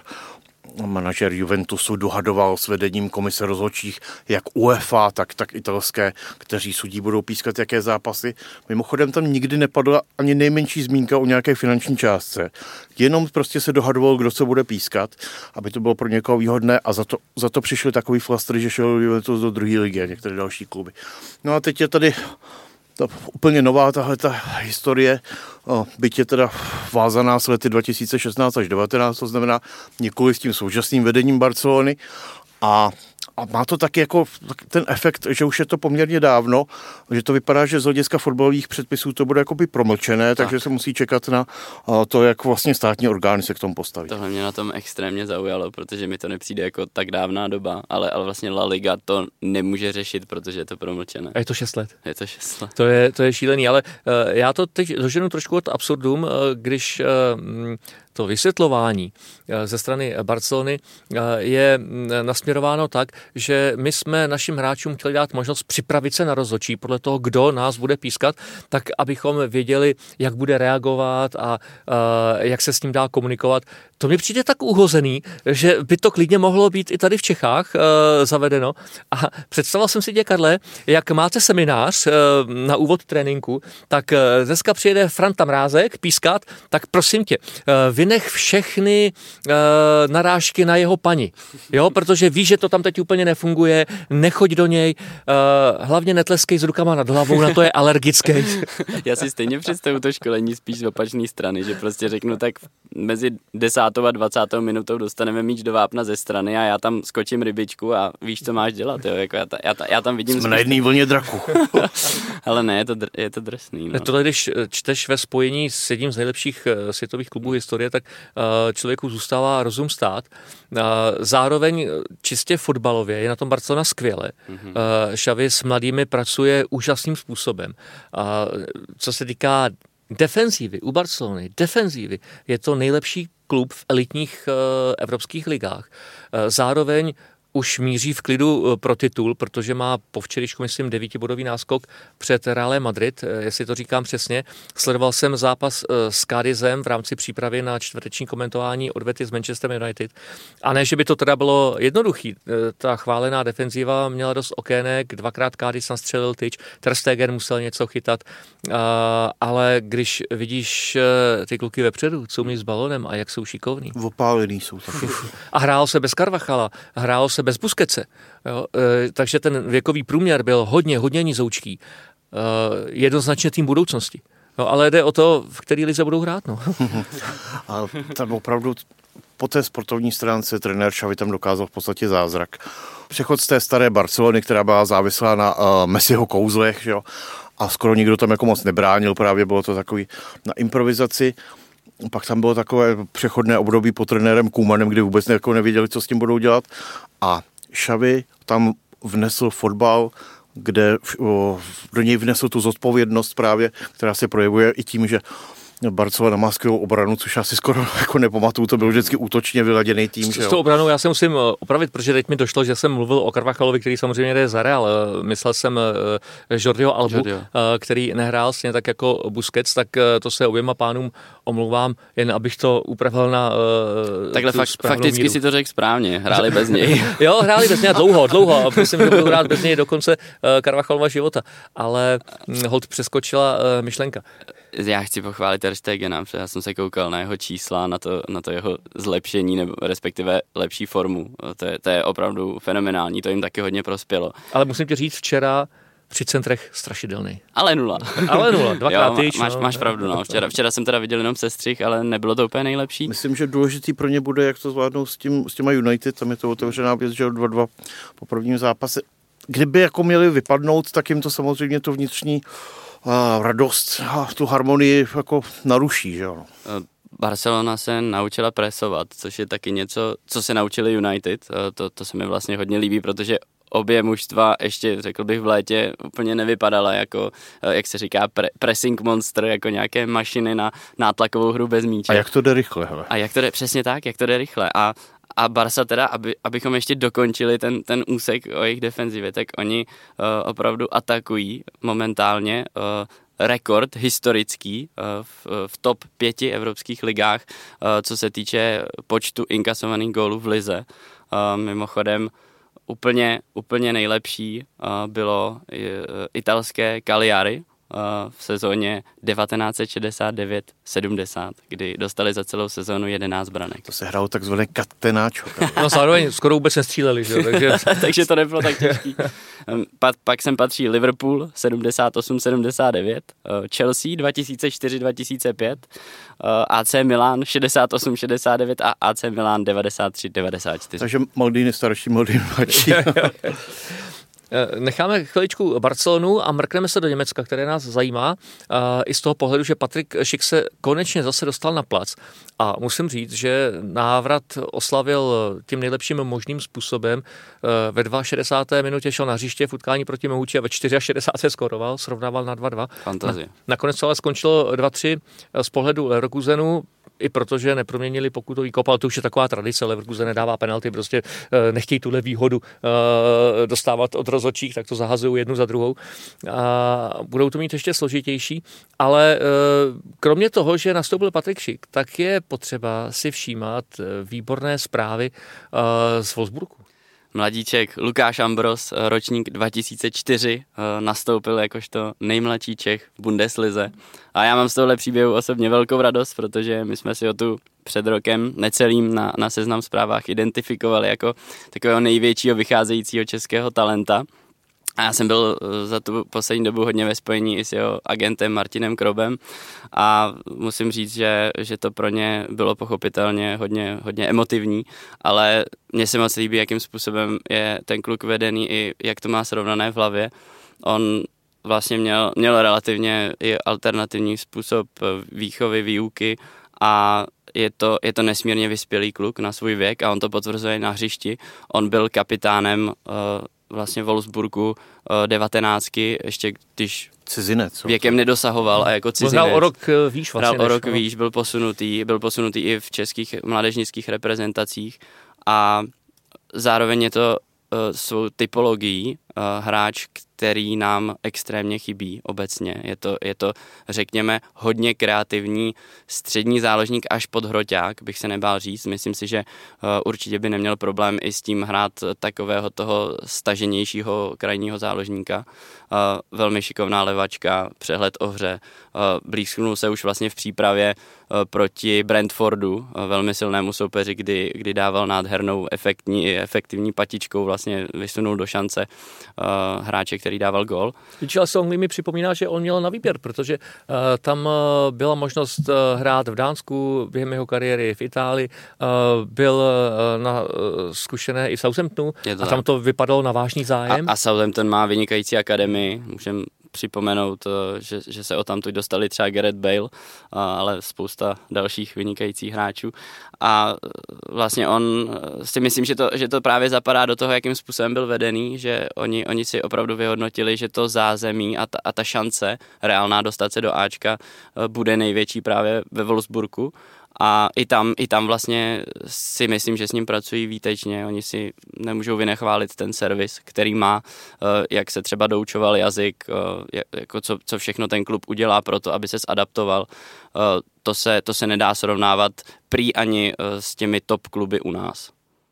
manažer Juventusu dohadoval s vedením komise rozhodčích jak UEFA, tak italské, kteří sudí budou pískat jaké zápasy. Mimochodem tam nikdy nepadla ani nejmenší zmínka o nějaké finanční částce. Jenom prostě se dohadoval, kdo co bude pískat, aby to bylo pro někoho výhodné a za to přišli takový flastry, že šel Juventus do druhé ligy a některé další kluby. No a teď je tady úplně nová tahleta historie, byť je teda vázaná s lety 2016 až 2019, to znamená nikoli s tím současným vedením Barcelony a má to taky jako ten efekt, že už je to poměrně dávno, že to vypadá, že z hlediska fotbalových předpisů to bude jakoby promlčené, takže se musí čekat na to, jak vlastně státní orgány se k tomu postaví. Tohle mě na tom extrémně zaujalo, protože mi to nepřijde jako tak dávná doba, ale vlastně La Liga to nemůže řešit, protože je to promlčené. A je to 6 let. Je to 6 let. To je šílený, ale já to teď doženu trošku od absurdum, když to vysvětlování ze strany Barcelony je nasměrováno tak, že my jsme našim hráčům chtěli dát možnost připravit se na rozhodčí podle toho, kdo nás bude pískat, tak abychom věděli, jak bude reagovat a jak se s ním dá komunikovat. To mi přijde tak uhozený, že by to klidně mohlo být i tady v Čechách zavedeno. A představil jsem si tě, Karle, jak máte seminář na úvod tréninku, tak dneska přijede Franta Mrázek pískat, tak prosím tě, vynech všechny narážky na jeho paní, jo, protože víš, že to tam teď úplně nefunguje, nechoď do něj, hlavně netleskej s rukama nad hlavou, na to je alergický. Já si stejně představu to školení spíš z opačné strany, že prostě řeknu, tak mezi 10. a 20. minutou dostaneme míč do vápna ze strany a já tam skočím rybičku a víš, co máš dělat, jo, jako já tam vidím... Jsme na jedný vlně draku. Ale ne, je to drsný. No. Tohle, když čteš ve spojení s jedním z nejlepších světových klubů historie, tak člověku zůstává rozum stát. Zároveň čistě fotbalově je na tom Barcelona skvěle. Xavi s mladými pracuje úžasným způsobem. Co se týká defenzívy, u Barcelony, je to nejlepší klub v elitních evropských ligách. Zároveň už míří v klidu pro titul, protože má po včerejšku, myslím, 9bodový náskok před Realem Madrid, jestli to říkám přesně. Sledoval jsem zápas s Cádizem v rámci přípravy na čtvrteční komentování odvety z Manchester United. A ne, že by to teda bylo jednoduchý. Ta chválená defenziva měla dost okének, dvakrát Cádiz nastřelil tyč, Ter Stegen musel něco chytat, ale když vidíš ty kluky vepředu, co umí s balonem a jak jsou šikovní. Opálený jsou taky. A hrálo se bez Carvajala, hrálo se bez Busquetse, jo, takže ten věkový průměr byl hodně nizoučký. Jednoznačně tým budoucnosti. No, ale jde o to, v který lize budou hrát. No. A tam opravdu po té sportovní stránce trenér Xavi tam dokázal v podstatě zázrak. Přechod z té staré Barcelony, která byla závislá na Messiho kouzlech, že jo, a skoro nikdo tam jako moc nebránil, právě bylo to takový na improvizaci. Pak tam bylo takové přechodné období pod trenérem Koemanem, kdy vůbec jako nevěděli, co s tím budou dělat. A Xavi tam vnesl fotbal, kde do něj vnesl tu zodpovědnost právě, která se projevuje i tím, že Barcelona má skvělou obranu, což já si skoro jako nepamatuju, to byl vždycky útočně vyladěný tým. S tou obranou já se musím opravit, protože teď mi došlo, že jsem mluvil o Carvajalovi, který samozřejmě jde za Real. Myslel jsem Jordiho Albu, který nehrál stejně tak jako Busquets, tak to se oběma pánům omlouvám, jen abych to upravil na takhle fakticky míru. Si to řekl správně, hráli bez něj. Jo, hráli bez něj dlouho. Myslím, že budou hrát bez něj do konce Carvajalova života, ale holt přeskočila myšlenka. Já chci pochválit Ter Stegena, protože já jsem se koukal na jeho čísla, na to jeho zlepšení, nebo respektive lepší formu. To je opravdu fenomenální, to jim taky hodně prospělo. Ale musím ti říct, včera při centrech strašidelný. Ale nula, dvakrát tyč. Máš pravdu, no. Včera jsem teda viděl jenom sestřih, ale nebylo to úplně nejlepší. Myslím, že důležitý pro ně bude, jak to zvládnou s těma United, tam je to otevřená věc, že 2-2 po prvním zápase. Kdyby jako měli vypadnout, tak jim to samozřejmě to vnitřní radost a tu harmonii jako naruší, že jo. Barcelona se naučila presovat, což je taky něco, co se naučili United. To se mi vlastně hodně líbí, protože obě mužstva ještě, řekl bych, v létě úplně nevypadala jako, jak se říká, pressing monster, jako nějaké mašiny na nátlakovou hru bez míče. A jak to jde rychle, hele. A jak to jde, přesně tak, jak to jde rychle. A Barca teda, abychom ještě dokončili ten úsek o jejich defenzivě, tak oni opravdu atakují momentálně rekord historický v top 5 evropských ligách, co se týče počtu inkasovaných gólů v lize. Mimochodem úplně nejlepší bylo italské Cagliari v sezóně 1969-70, kdy dostali za celou sezónu 11 branek. To se hralo takzvané catenaccio. No zároveň skoro vůbec nestříleli, že? Takže to nebylo tak těžký. Pak sem patří Liverpool 78-79, Chelsea 2004-2005, AC Milan 68-69 a AC Milan 93-94. Takže Maldini starší, Maldini mladší. Necháme chviličku Barcelonu a mrkneme se do Německa, které nás zajímá. I z toho pohledu, že Patrik Schick se konečně zase dostal na plac. A musím říct, že návrat oslavil tím nejlepším možným způsobem. Ve 62. minutě šel na hřiště v utkání proti Mohuči a ve 64. skoroval, srovnával na 2-2. Fantazie. Nakonec to ale skončilo 2-3 z pohledu Leverkusenu, i protože neproměnili pokutový kop, ale to už je taková tradice, Leverkusen nedává penalty, prostě nechtějí tuhle výhodu dostávat od rozhodčích, tak to zahazují jednu za druhou. A budou to mít ještě složitější, ale kromě toho, že nastoupil Patrik Schick, tak je potřeba si všímat výborné zprávy z Wolfsburgu. Mladíček Lukáš Ambros, ročník 2004, nastoupil jakožto nejmladší Čech v Bundeslize. A já mám z tohohle příběhu osobně velkou radost, protože my jsme si ho tu před rokem necelým na Seznam Zprávách identifikovali jako takového největšího vycházejícího českého talenta. A já jsem byl za tu poslední dobu hodně ve spojení i s jeho agentem Martinem Krobem a musím říct, že to pro ně bylo pochopitelně hodně emotivní, ale mně se moc líbí, jakým způsobem je ten kluk vedený i jak to má srovnané v hlavě. On vlastně měl relativně i alternativní způsob výchovy, výuky a je to nesmírně vyspělý kluk na svůj věk a on to potvrzuje na hřišti. On byl kapitánem vlastně Wolfsburgu 19, ještě když cizinec, věkem nedosahoval a jako cizinec. Hrál o rok výš vlastně. Hrál o rok výš, byl posunutý i v českých mládežnických reprezentacích a zároveň je to svou typologií hráč, který nám extrémně chybí obecně. Je to, řekněme, hodně kreativní střední záložník až pod hroťák, bych se nebál říct. Myslím si, že určitě by neměl problém i s tím hrát takového toho staženějšího krajního záložníka. Velmi šikovná levačka, přehled o hře. Blízknul se už vlastně v přípravě proti Brentfordu, velmi silnému soupeři, kdy dával nádhernou efektivní patičkou, vlastně vysunul do šance hráče, který dával gól. Michel Songley mi připomíná, že on měl na výběr, protože tam byla možnost hrát v Dánsku během jeho kariéry, v Itálii, byl zkušené i v Southamptonu a tam to vypadalo na vážný zájem. A Southampton má vynikající akademii, můžeme připomenout, že se o tamtud dostali třeba Gareth Bale, ale spousta dalších vynikajících hráčů. A vlastně on si myslím, že to právě zapadá do toho, jakým způsobem byl vedený, že oni si opravdu vyhodnotili, že to zázemí a ta šance reálná dostat se do Ačka bude největší právě ve Wolfsburgu. A i tam vlastně si myslím, že s ním pracují výtečně. Oni si nemůžou vynechválit ten servis, který má, jak se třeba doučoval jazyk, jako co všechno ten klub udělá pro to, aby se zadaptoval. To se nedá srovnávat prý ani s těmi top kluby u nás.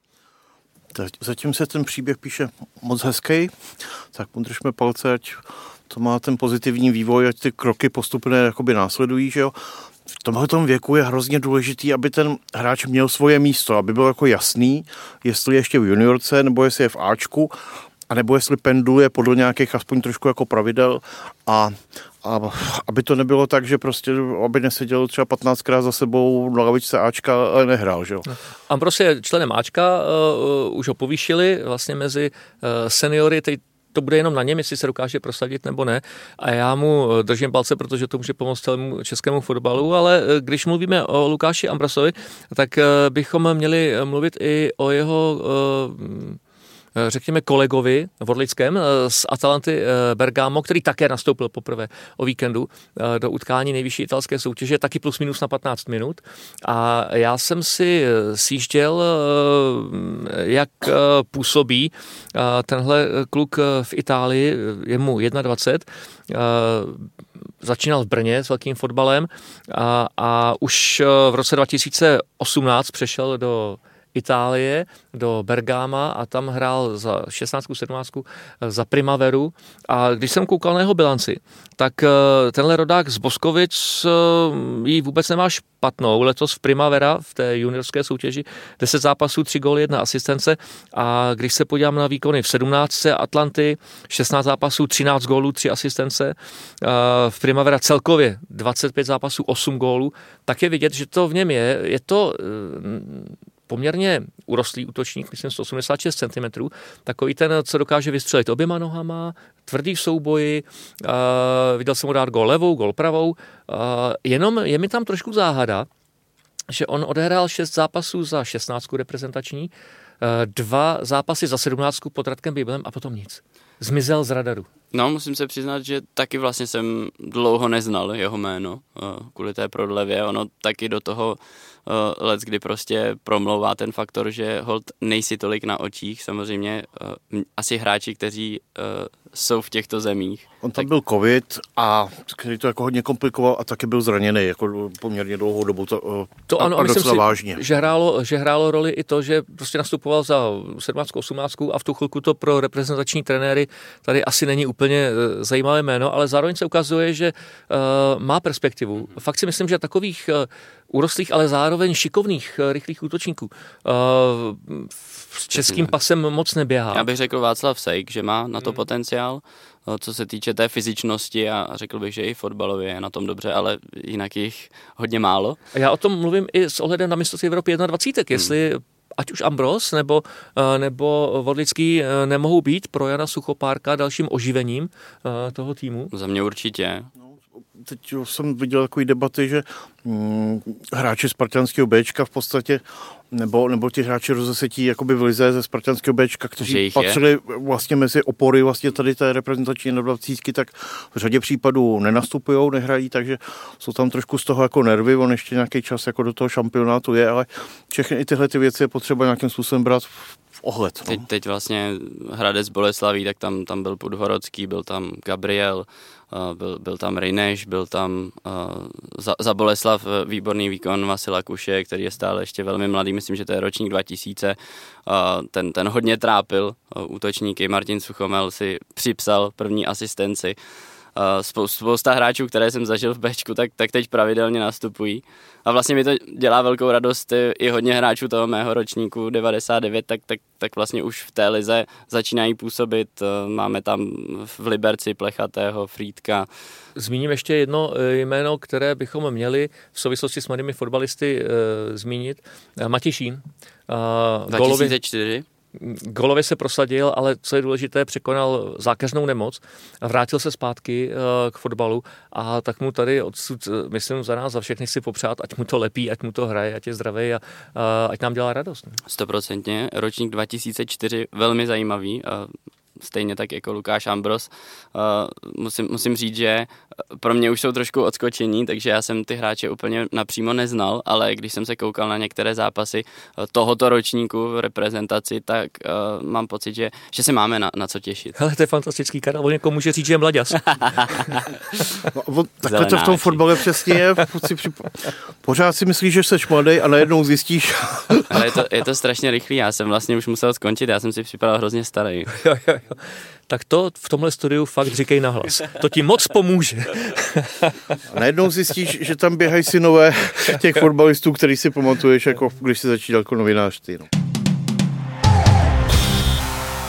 Zatím se ten příběh píše moc hezký, tak podržme palce, ať to má ten pozitivní vývoj, ať ty kroky postupně jakoby následují, že jo. V tomhletom věku je hrozně důležitý, aby ten hráč měl svoje místo, aby bylo jako jasný, jestli ještě v juniorce nebo jestli je v Ačku anebo jestli penduluje podle nějakých aspoň trošku jako pravidel a aby to nebylo tak, že prostě, aby neseděl třeba 15krát za sebou na lavičce Ačka, ale nehrál, že jo. Ambros je členem Ačka, už ho povýšili vlastně mezi seniory, teď to bude jenom na něm, jestli se dokáže prosadit nebo ne. A já mu držím palce, protože to může pomoct celému českému fotbalu, ale když mluvíme o Lukáši Ambrosovi, tak bychom měli mluvit i o jeho řekněme kolegovi Vorlickém z Atalanty Bergamo, který také nastoupil poprvé o víkendu do utkání nejvyšší italské soutěže, taky plus minus na 15 minut. A já jsem si sjížděl, jak působí tenhle kluk v Itálii, je mu 21, začínal v Brně s velkým fotbalem a už v roce 2018 přešel do Itálie, do Bergama a tam hrál za 16, 17 za Primaveru a když jsem koukal na jeho bilanci, tak tenhle rodák z Boskovic jí vůbec nemá špatnou. Letos v Primavera, v té juniorské soutěži, 10 zápasů, 3 góly, 1 asistence a když se podívám na výkony v 17. Atlanty, 16 zápasů, 13 gólů, 3 asistence, v Primavera celkově 25 zápasů, 8 gólů, tak je vidět, že to v něm je to poměrně urostlý útočník, myslím 186 cm, takový ten, co dokáže vystřelit oběma nohama, tvrdý v souboji, viděl jsem mu dát gól levou, gól pravou, jenom je mi tam trošku záhada, že on odehrál 6 zápasů za 16 reprezentační, 2 zápasy za 17 pod Radkem Bíblem a potom nic. Zmizel z radaru. No, musím se přiznat, že taky vlastně jsem dlouho neznal jeho jméno kvůli té prodlevě. Ono taky do toho let, kdy prostě promlouvá ten faktor, že hold nejsi tolik na očích. Samozřejmě asi hráči, kteří jsou v těchto zemích. On tam byl covid a který to jako hodně komplikoval a taky byl zraněný jako poměrně dlouhou dobu. To ano, a myslím si, vážně. Že hrálo roli i to, že prostě nastupoval za 17, 18 a v tu chvilku to pro reprezentační trenéry tady asi není úplně zajímavé jméno, ale zároveň se ukazuje, že má perspektivu. Fakt si myslím, že takových urostlých, ale zároveň šikovných, rychlých útočníků s českým pasem moc neběhá. Já bych řekl Václav Sejk, že má na to potenciál, co se týče té fyzičnosti a řekl bych, že i fotbalově je na tom dobře, ale jinak jich hodně málo. Já o tom mluvím i s ohledem na mistrovství Evropy 21, jestli ať už Ambros nebo Vorlický nemohou být pro Jana Suchopárka dalším oživením toho týmu. Za mě určitě. Teď jsem viděl takový debaty, že hráči spartanského Bčka v podstatě, nebo ti hráči rozesetí jakoby v lize ze spartanského Bčka, kteří patřili vlastně mezi opory vlastně tady té reprezentační na 20, tak v řadě případů nenastupujou, nehrají, takže jsou tam trošku z toho jako nervy, on ještě nějaký čas jako do toho šampionátu je, ale všechny i tyhle ty věci je potřeba nějakým způsobem brát v ohled. No. Teď vlastně Hradec Boleslaví, tak tam byl Podhorodský, byl tam Gabriel, byl tam Rejneš, byl tam za Boleslav výborný výkon Vasila Kuše, který je stále ještě velmi mladý, myslím, že to je ročník 2000, ten hodně trápil útočníky, Martin Suchomel si připsal první asistenci. Spousta hráčů, které jsem zažil v Bčku, tak teď pravidelně nastupují. A vlastně mi to dělá velkou radost, i hodně hráčů toho mého ročníku 99, tak vlastně už v té lize začínají působit. Máme tam v Liberci Plechatého, Frýdka. Zmíním ještě jedno jméno, které bychom měli v souvislosti s mladými fotbalisty zmínit. Matěšín. 2004. Golově se prosadil, ale co je důležité, překonal zákeřnou nemoc a vrátil se zpátky k fotbalu a tak mu tady odsud, myslím za nás, za všechny si popřát, ať mu to lepí, ať mu to hraje, ať je zdravý a ať nám dělá radost. 100%. Ročník 2004, velmi zajímavý. Stejně tak jako Lukáš Ambros. Musím říct, že pro mě už jsou trošku odskočení, takže já jsem ty hráče úplně napřímo neznal, ale když jsem se koukal na některé zápasy tohoto ročníku v reprezentaci, tak mám pocit, že se máme na co těšit. Ale to je fantastický, Karel, on někomu může říct, že je mlaďas. Takhle to v tom fotbale přesně je. Pořád si myslíš, že jsi mladý a najednou zjistíš. Ale je to strašně rychlý, já jsem vlastně už musel skončit, já jsem si připadal hrozně starý. Jo. Tak to v tomhle studiu fakt říkej nahlas. To ti moc pomůže. A najednou zjistíš, že tam běhají synové těch fotbalistů, který si pamatuješ, jako když jsi začínal jako novinář ty. No.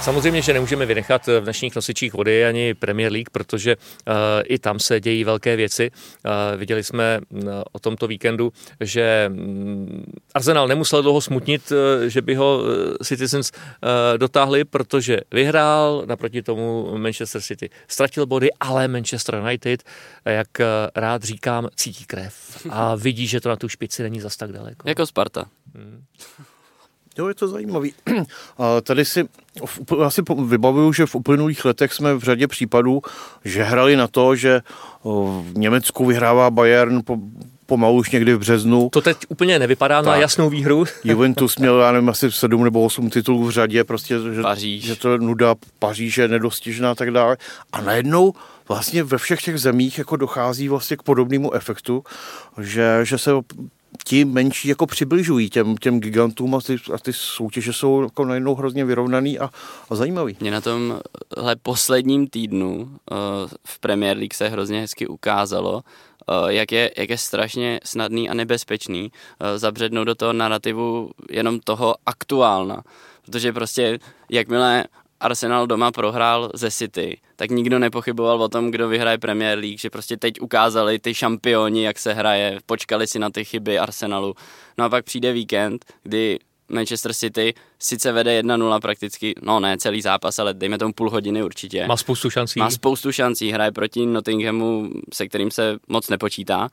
Samozřejmě, že nemůžeme vynechat v dnešních nosičích vody ani Premier League, protože i tam se dějí velké věci. Viděli jsme o tomto víkendu, že Arsenal nemusel dlouho smutnit, že by ho Citizens dotáhli, protože vyhrál, naproti tomu Manchester City ztratil body, ale Manchester United, jak rád říkám, cítí krev a vidí, že to na tu špici není zas tak daleko. Jako Sparta. Jo, je to zajímavý. Tady si asi vybavuju, že v uplynulých letech jsme v řadě případů, že hrali na to, že v Německu vyhrává Bayern pomalu už někdy v březnu. To teď úplně nevypadá na jasnou výhru. Juventus měl, já nevím, asi 7 nebo 8 titulů v řadě, prostě, že to je nuda, Paříž je nedostižná a tak dále. A najednou vlastně ve všech těch zemích jako dochází vlastně k podobnému efektu, že se ti menší jako přibližují těm gigantům a ty soutěže jsou jako najednou hrozně vyrovnaný a zajímavý. Mě na tomhle posledním týdnu v Premier League se hrozně hezky ukázalo, jak je strašně snadný a nebezpečný zabřednout do toho narrativu jenom toho aktuálna. Protože prostě jakmile Arsenal doma prohrál ze City, tak nikdo nepochyboval o tom, kdo vyhraje Premier League, že prostě teď ukázali ty šampioni, jak se hraje, počkali si na ty chyby Arsenalu. No a pak přijde víkend, kdy Manchester City sice vede 1-0 prakticky, no ne celý zápas, ale dejme tomu půl hodiny určitě. Má spoustu šancí, hraje proti Nottinghamu, se kterým se moc nepočítá,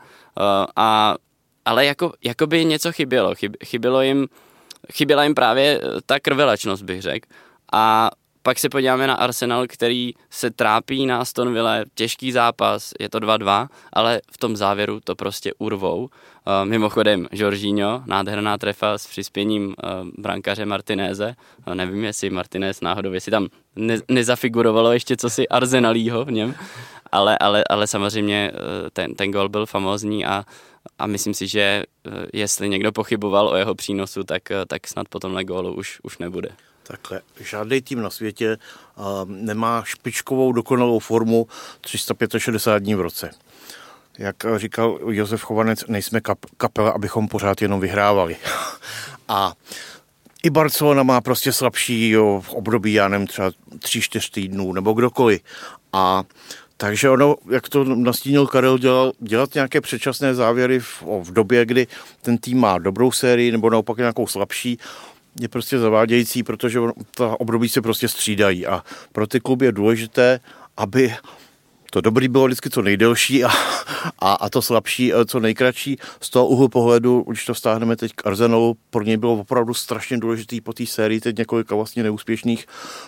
ale jako by něco chybělo. Chyběla jim právě ta krvelačnost, bych řekl. A pak se podíváme na Arsenal, který se trápí na Aston Villa, těžký zápas, je to 2-2, ale v tom závěru to prostě urvou. Mimochodem Jorginho, nádherná trefa s přispěním brankáře Martinéze. Nevím, jestli Martinez náhodou, jestli tam nezafigurovalo ještě cosi Arsenalího v něm, ale samozřejmě ten gól byl famózní a myslím si, že jestli někdo pochyboval o jeho přínosu, tak snad po tomhle gólu už nebude. Takhle, žádný tým na světě nemá špičkovou dokonalou formu 365 dní v roce. Jak říkal Josef Chovanec, nejsme kapela, abychom pořád jenom vyhrávali. A i Barcelona má prostě slabší období, já nevím, třeba 3-4 týdnů nebo kdokoliv. A takže ono, jak to nastínil Karel, dělat nějaké předčasné závěry v době, kdy ten tým má dobrou sérii nebo naopak nějakou slabší, je prostě zavádějící, protože ta období se prostě střídají a pro ty kluby je důležité, aby to dobrý bylo vždycky co nejdelší a to slabší co nejkratší. Z toho úhlu pohledu, když to stáhneme teď k Arsenalu, pro něj bylo opravdu strašně důležitý po té sérii teď několika vlastně neúspěšných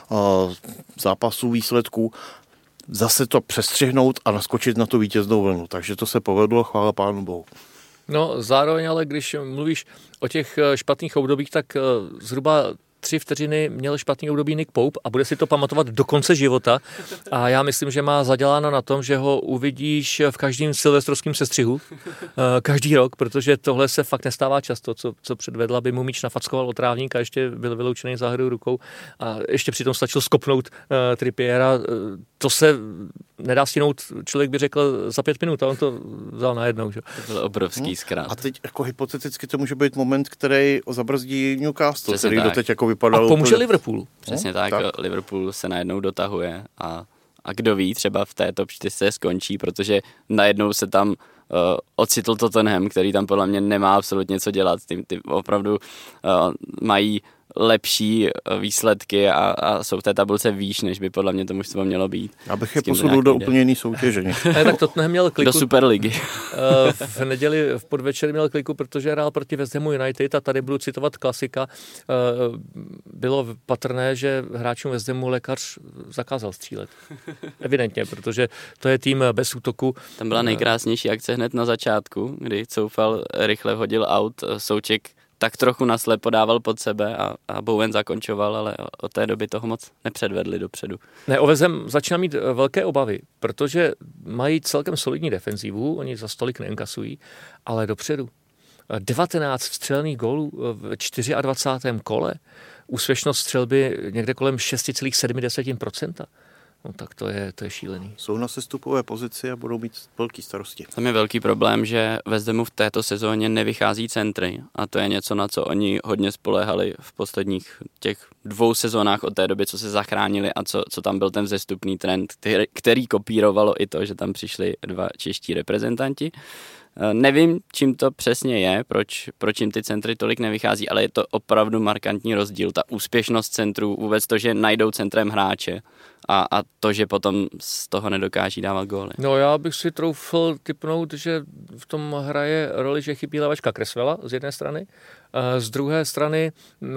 zápasů, výsledků, zase to přestřihnout a naskočit na tu vítěznou vlnu. Takže to se povedlo, chvála Pánu Bohu. No zároveň ale, když mluvíš o těch špatných obdobích, tak zhruba 3 vteřiny měl špatný období Nick Pope a bude si to pamatovat do konce života. A já myslím, že má zaděláno na tom, že ho uvidíš v každém silvestrovském sestřihu každý rok, protože tohle se fakt nestává často, co předvedla, by mu míč nafackoval otrávník a ještě byl vyloučený za hru rukou a ještě přitom stačil skopnout Trippiera. To se nedá stihnout, člověk by řekl za 5 minut a on to vzal najednou. Že? To byl obrovský zkrát. A teď jako hypoteticky to může být moment, který zabrzdí Newcastle, který doteď jako vypadal. A pomůže Liverpoolu. Přesně tak. Liverpool se najednou dotahuje a kdo ví, třeba v té top 4 skončí, protože najednou se tam ocitl Tottenham, který tam podle mě nemá absolutně co dělat. Ty opravdu mají lepší výsledky a jsou v té tabulce výš, než by podle mě to mužstvo mělo být. Abych je posunul do úplně jiný soutěže. Tak Tottenham měl kliku. Do Superligy. V neděli v podvečer měl kliku, protože hrál proti West Hamu United a tady budu citovat klasika. Bylo patrné, že hráčům West Hamu lékař zakázal střílet. Evidentně, protože to je tým bez útoku. Tam byla nejkrásnější akce hned na začátku, kdy Coufal rychle hodil out, Souček tak trochu naslepo dával pod sebe a Bowen zakončoval, ale od té doby toho moc nepředvedli dopředu. Ne, o West Ham začíná mít velké obavy, protože mají celkem solidní defenzivu, oni za stolik neinkasují, ale dopředu 19 vstřelených gólů v 24. kole, úspěšnost střelby někde kolem 6,7%. no tak to je šílený. Jsou na sestupové pozici a budou mít velký starosti. Tam je velký problém, že West Hamu v této sezóně nevychází centry a to je něco, na co oni hodně spoléhali v posledních těch 2 sezónách od té doby, co se zachránili a co tam byl ten vzestupný trend, který kopírovalo i to, že tam přišli 2 čeští reprezentanti. Nevím, čím to přesně je, proč jim ty centry tolik nevychází, ale je to opravdu markantní rozdíl. Ta úspěšnost centrů, vůbec to, že najdou centrem hráče a to, že potom z toho nedokáží dávat góly. No já bych si troufl tipnout, že v tom hraje roli, že chybí levačka Cresswella z jedné strany, z druhé strany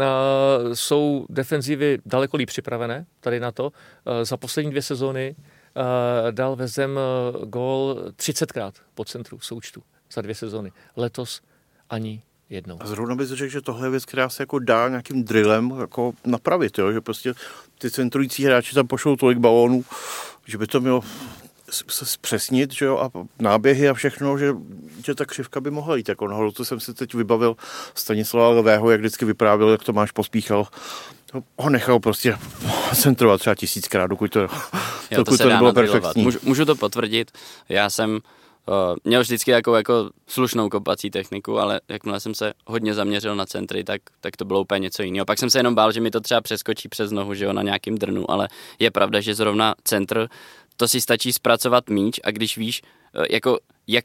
jsou defenzivy daleko líp připravené tady na to. Za poslední 2 sezóny dal West Ham gól 30krát po centru v součtu za 2 sezóny. Letos ani jednou. A zrovna bych řekl, že tohle je věc, která se jako dá nějakým drillem jako napravit, jo? Že prostě ty centrující hráči tam pošlou tolik balónů, že by to mělo se zpřesnit, že jo, a náběhy a všechno, že ta křivka by mohla jít. Jako nahoru, to jsem si teď vybavil Stanislava Levého, jak vždycky vyprávěl, jak Tomáš Pospíchal. Ho nechal prostě centrovat třeba 1000krát, dokud to nebylo perfektní. Můžu to potvrdit. Já jsem měl vždycky jako slušnou kopací techniku, ale jakmile jsem se hodně zaměřil na centry, tak to bylo úplně něco jiného. Pak jsem se jenom bál, že mi to třeba přeskočí přes nohu, že jo, na nějakým drnu, ale je pravda, že zrovna centr, to si stačí zpracovat míč a když víš, jako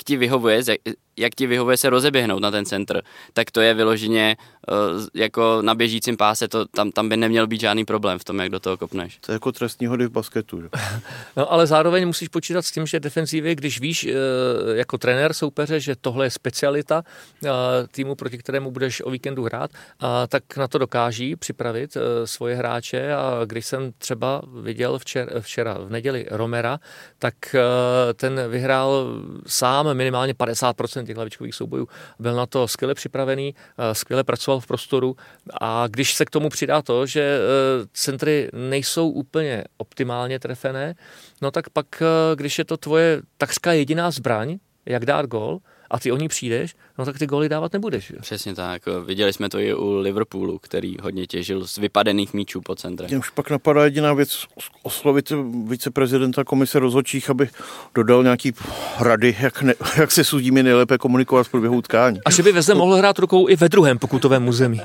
jak ti vyhovuje se rozeběhnout na ten centr, tak to je vyloženě jako na běžícím páse, tam by neměl být žádný problém v tom, jak do toho kopneš. To je jako trestní hody v basketu. Že? No ale zároveň musíš počítat s tím, že defenzivě, když víš jako trenér soupeře, že tohle je specialita týmu, proti kterému budeš o víkendu hrát, tak na to dokáží připravit svoje hráče a když jsem třeba viděl včera v neděli Romera, tak ten vyhrál sám minimálně 50% těch hlavičkových soubojů. Byl na to skvěle připravený, skvěle pracoval v prostoru a když se k tomu přidá to, že centry nejsou úplně optimálně trefené, no tak pak, když je to tvoje takřka jediná zbraň, jak dát gól, a ty o ní přijdeš, no tak ty góly dávat nebudeš. Jo? Přesně tak. Viděli jsme to i u Liverpoolu, který hodně těžil z vypadených míčů po centrech. Mě už pak napadá jediná věc, oslovit viceprezidenta komise rozhodčích, aby dodal nějaký rady, jak se sudíme nejlépe komunikovat v průběhu utkání. A že by West Ham mohl hrát rukou i ve druhém pokutovém území.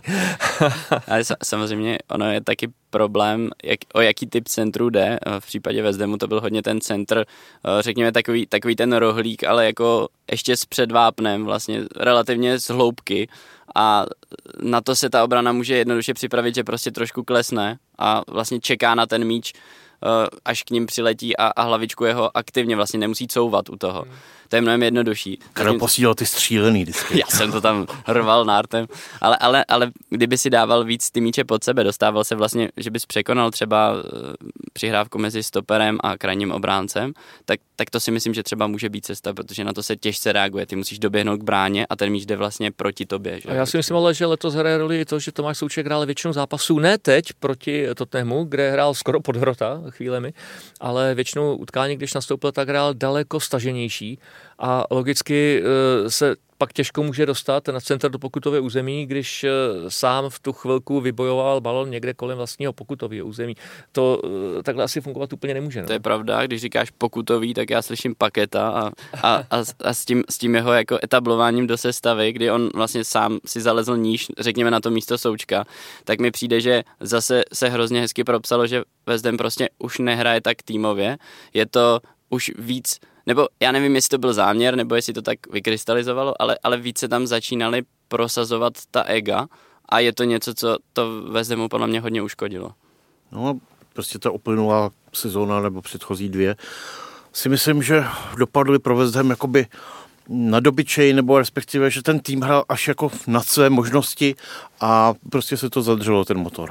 Ale samozřejmě ono je taky problém, o jaký typ centru jde. V případě West Hamu to byl hodně ten centr, řekněme takový ten rohlík, ale jako ještě s předvápnem, vlastně relativně z hloubky a na to se ta obrana může jednoduše připravit, že prostě trošku klesne a vlastně čeká na ten míč, až k ním přiletí a hlavičku jeho aktivně vlastně nemusí couvat u toho. To je mnohem jednodušší. Karel posílal ty střílený vždycky. Já jsem to tam rval nártem, ale kdyby si dával víc ty míče pod sebe, dostával se vlastně, že bys překonal třeba přihrávku mezi stoperem a krajním obráncem, tak to si myslím, že třeba může být cesta, protože na to se těžce reaguje. Ty musíš doběhnout k bráně a ten míč jde vlastně proti tobě. Že? A já si myslím ale, že letos hraje roli to, že Tomáš Souček hrál většinu zápasů, ne teď proti Tottenhamu, kde hrál skoro pod hrota chvílemi, ale většinou utkání, když nastoupil, tak hrál daleko staženější a logicky se pak těžko může dostat na centr do pokutového území, když sám v tu chvilku vybojoval balon někde kolem vlastního pokutového území. To takhle asi fungovat úplně nemůže. No? To je pravda, když říkáš pokutový, tak já slyším Paketa a s tím jeho jako etablováním do sestavy, kdy on vlastně sám si zalezl níž, řekněme na to místo Součka, tak mi přijde, že zase se hrozně hezky propsalo, že West Ham prostě už nehraje tak týmově, je to už víc, nebo já nevím, jestli to byl záměr, nebo jestli to tak vykrystalizovalo, ale víc se tam začínali prosazovat ta ega a je to něco, co to West Hamu podle mě hodně uškodilo. No, prostě ta uplynulá sezóna nebo předchozí 2 si myslím, že dopadly pro West Ham jakoby na dobyčej, nebo respektive, že ten tým hrál až jako nad své možnosti a prostě se to zadrželo, ten motor.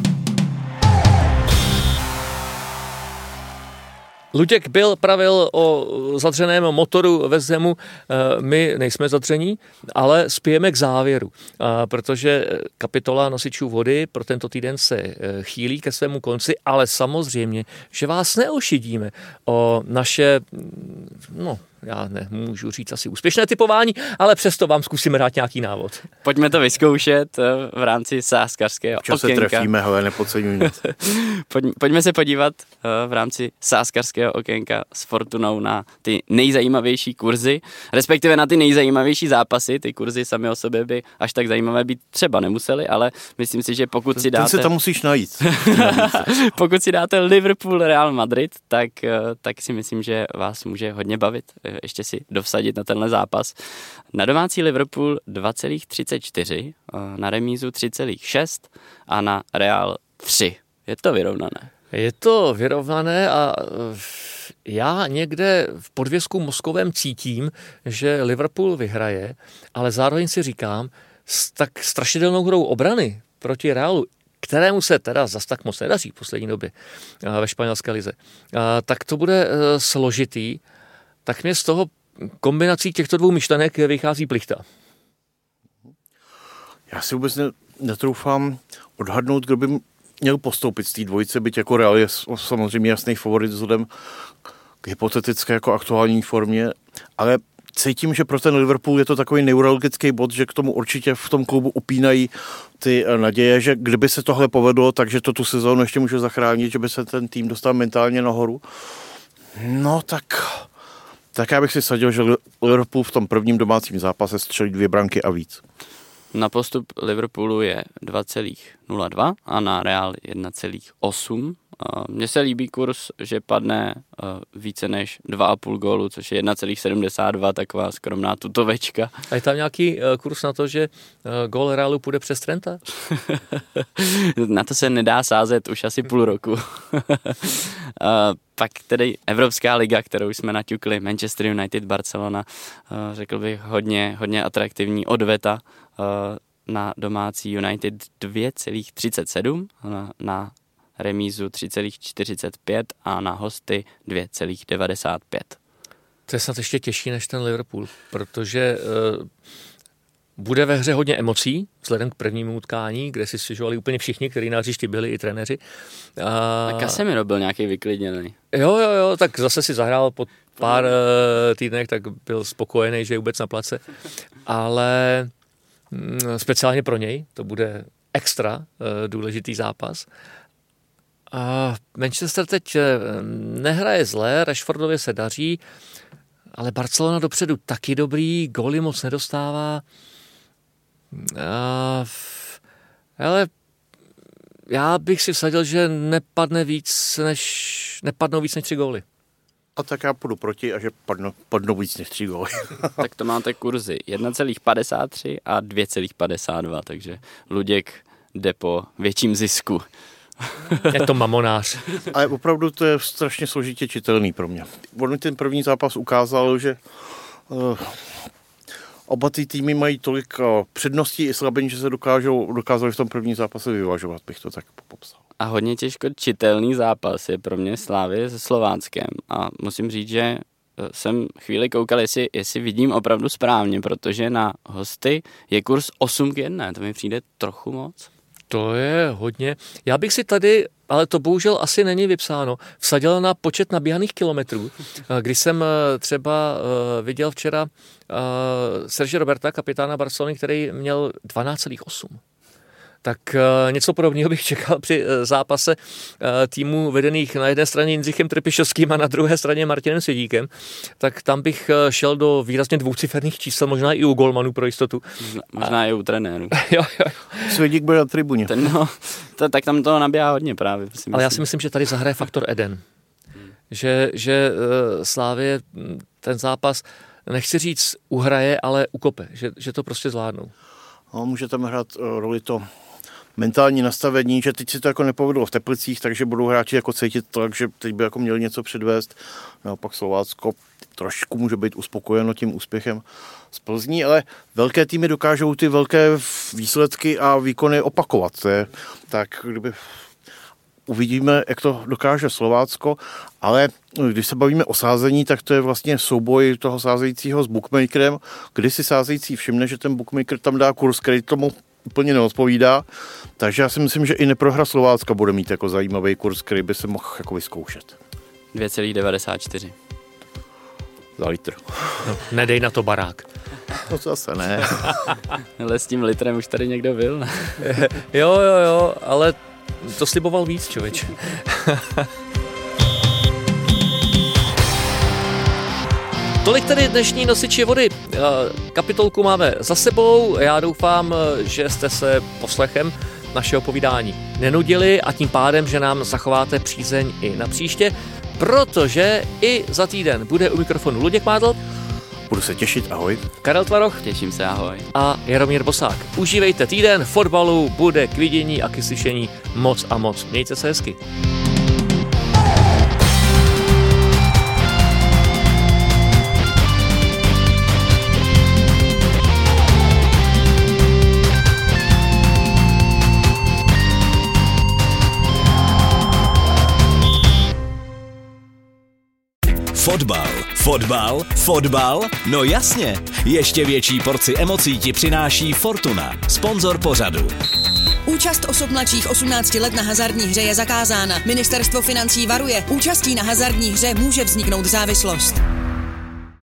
Luděk pravil o zadřeném motoru West Hamu. My nejsme zadření, ale spějeme k závěru, protože kapitola nosičů vody pro tento týden se chýlí ke svému konci, ale samozřejmě, že vás neošidíme o naše, já nemůžu říct asi úspěšné typování, ale přesto vám zkusíme dát nějaký návod. Pojďme to vyzkoušet v rámci sázkařského okénka. Se trefíme, hele, nepodceňuj nás. Pojďme se podívat v rámci sázkařského okénka s Fortunou na ty nejzajímavější kurzy, respektive na ty nejzajímavější zápasy. Ty kurzy sami o sobě by až tak zajímavé být třeba nemuseli, ale myslím si, že pokud si dáte... Ten se tam musíš najít. Pokud si dáte Liverpool Real Madrid, tak si myslím, že vás může hodně bavit ještě si dovsadit na tenhle zápas. Na domácí Liverpool 2,34, na remízu 3,6 a na Real 3. Je to vyrovnané. Je to vyrovnané a já někde v podvězku mozkovém cítím, že Liverpool vyhraje, ale zároveň si říkám, s tak strašidelnou hrou obrany proti Realu, kterému se teda zas tak moc nedaří v poslední době ve španělské lize, tak to bude složitý, tak mě z toho kombinací těchto dvou myšlenek vychází plichta. Já si vůbec netroufám odhadnout, kdo by měl postoupit z té dvojice, byť jako Real je samozřejmě jasný favorit vzhledem k hypotetické jako aktuální formě, ale cítím, že pro ten Liverpool je to takový neurologický bod, že k tomu určitě v tom klubu upínají ty naděje, že kdyby se tohle povedlo, takže to tu sezónu ještě může zachránit, že by se ten tým dostal mentálně nahoru. No tak já bych si sadil, že Liverpool v tom prvním domácím zápase střelí 2 branky a víc. Na postup Liverpoolu je 2,02 a na Real 1,8. Mně se líbí kurz, že padne více než 2,5 gólu, což je 1,72, taková skromná tutovečka. A je tam nějaký kurz na to, že gól Realu půjde přes Trenta? Na to se nedá sázet už asi půl roku. Pak tedy Evropská liga, kterou jsme naťukli, Manchester United, Barcelona, řekl bych hodně atraktivní odveta na domácí United 2,37, na remízu 3,45 a na hosty 2,95. To je snad ještě těžší než ten Liverpool, protože bude ve hře hodně emocí, vzhledem k prvnímu utkání, kde si stěžovali úplně všichni, kteří na hřišti byli, i trenéři. A Casemiro byl nějaký vyklidněný. Jo, tak zase si zahrál po pár týdnech, tak byl spokojený, že je vůbec na place. Ale speciálně pro něj to bude extra důležitý zápas. A Manchester teď nehraje zle, Rashfordovi se daří, ale Barcelona dopředu taky dobrý, góly moc nedostává. Ale já bych si vsadil, že nepadnou víc než 3 góly. A tak já půjdu proti a že padnou víc než 3 góly. Tak to máte kurzy 1,53 a 2,52, takže Luděk jde po větším zisku. Je to mamonář. Ale opravdu to je strašně složitě čitelný pro mě. On ten první zápas ukázal, že oba ty týmy mají tolik předností i slabin, že se dokázali v tom prvním zápase vyvažovat, bych to tak popsal. A hodně těžko čitelný zápas je pro mě Slavie se Slováckem. A musím říct, že jsem chvíli koukal, jestli vidím opravdu správně, protože na hosty je kurz 8-1. To mi přijde trochu moc. To je hodně. Já bych si tady, ale to bohužel asi není vypsáno, vsadil na počet nabíhaných kilometrů. Když jsem třeba viděl včera Serge Roberta, kapitána Barcelony, který měl 12,8. Tak něco podobného bych čekal při zápase týmu vedených na jedné straně Jindřichem Trpišovským a na druhé straně Martinem Svědíkem. Tak tam bych šel do výrazně dvouciferných čísel, možná i u golmanů pro jistotu. Možná i u trenérů. Jo. Svědík byl na tribuně. Tak tam to nabíhá hodně právě. Ale já si myslím, že tady zahraje faktor Eden. Že Slavie ten zápas, nechci říct uhraje, ale ukope. Že to prostě zvládnou. No, může tam hrát roli to mentální nastavení, že teď si to jako nepovedlo v Teplicích, takže budou hráči jako cítit tak, že teď by jako měli něco předvést. Naopak Slovácko trošku může být uspokojeno tím úspěchem z Plzní, ale velké týmy dokážou ty velké výsledky a výkony opakovat. Tak kdyby uvidíme, jak to dokáže Slovácko, ale když se bavíme o sázení, tak to je vlastně souboj toho sázejícího s bookmakerem, kdy si sázející všimne, že ten bookmaker tam dá kurz, který tomu úplně neodpovídá, takže já si myslím, že i neprohra Slovácka bude mít jako zajímavý kurz, který by se mohl jako vyzkoušet. 2,94. Za litr. No, nedej na to barák. No to zase ne. Ale s tím litrem už tady někdo byl. Jo, ale to sliboval víc, člověče. Tolik tedy dnešní nosiči vody. Kapitolku máme za sebou. Já doufám, že jste se poslechem našeho povídání nenudili a tím pádem, že nám zachováte přízeň i na příště, protože i za týden bude u mikrofonu Luděk Mádl. Budu se těšit, ahoj. Karel Tvaroch. Těším se, ahoj. A Jaromír Bosák. Užívejte týden, fotbalu bude k vidění a k slyšení moc a moc. Mějte se hezky. Fotbal? No jasně. Ještě větší porci emocí ti přináší Fortuna, sponzor pořadu. Účast osob mladších 18 let na hazardní hře je zakázána. Ministerstvo financí varuje. Účastí na hazardní hře může vzniknout závislost.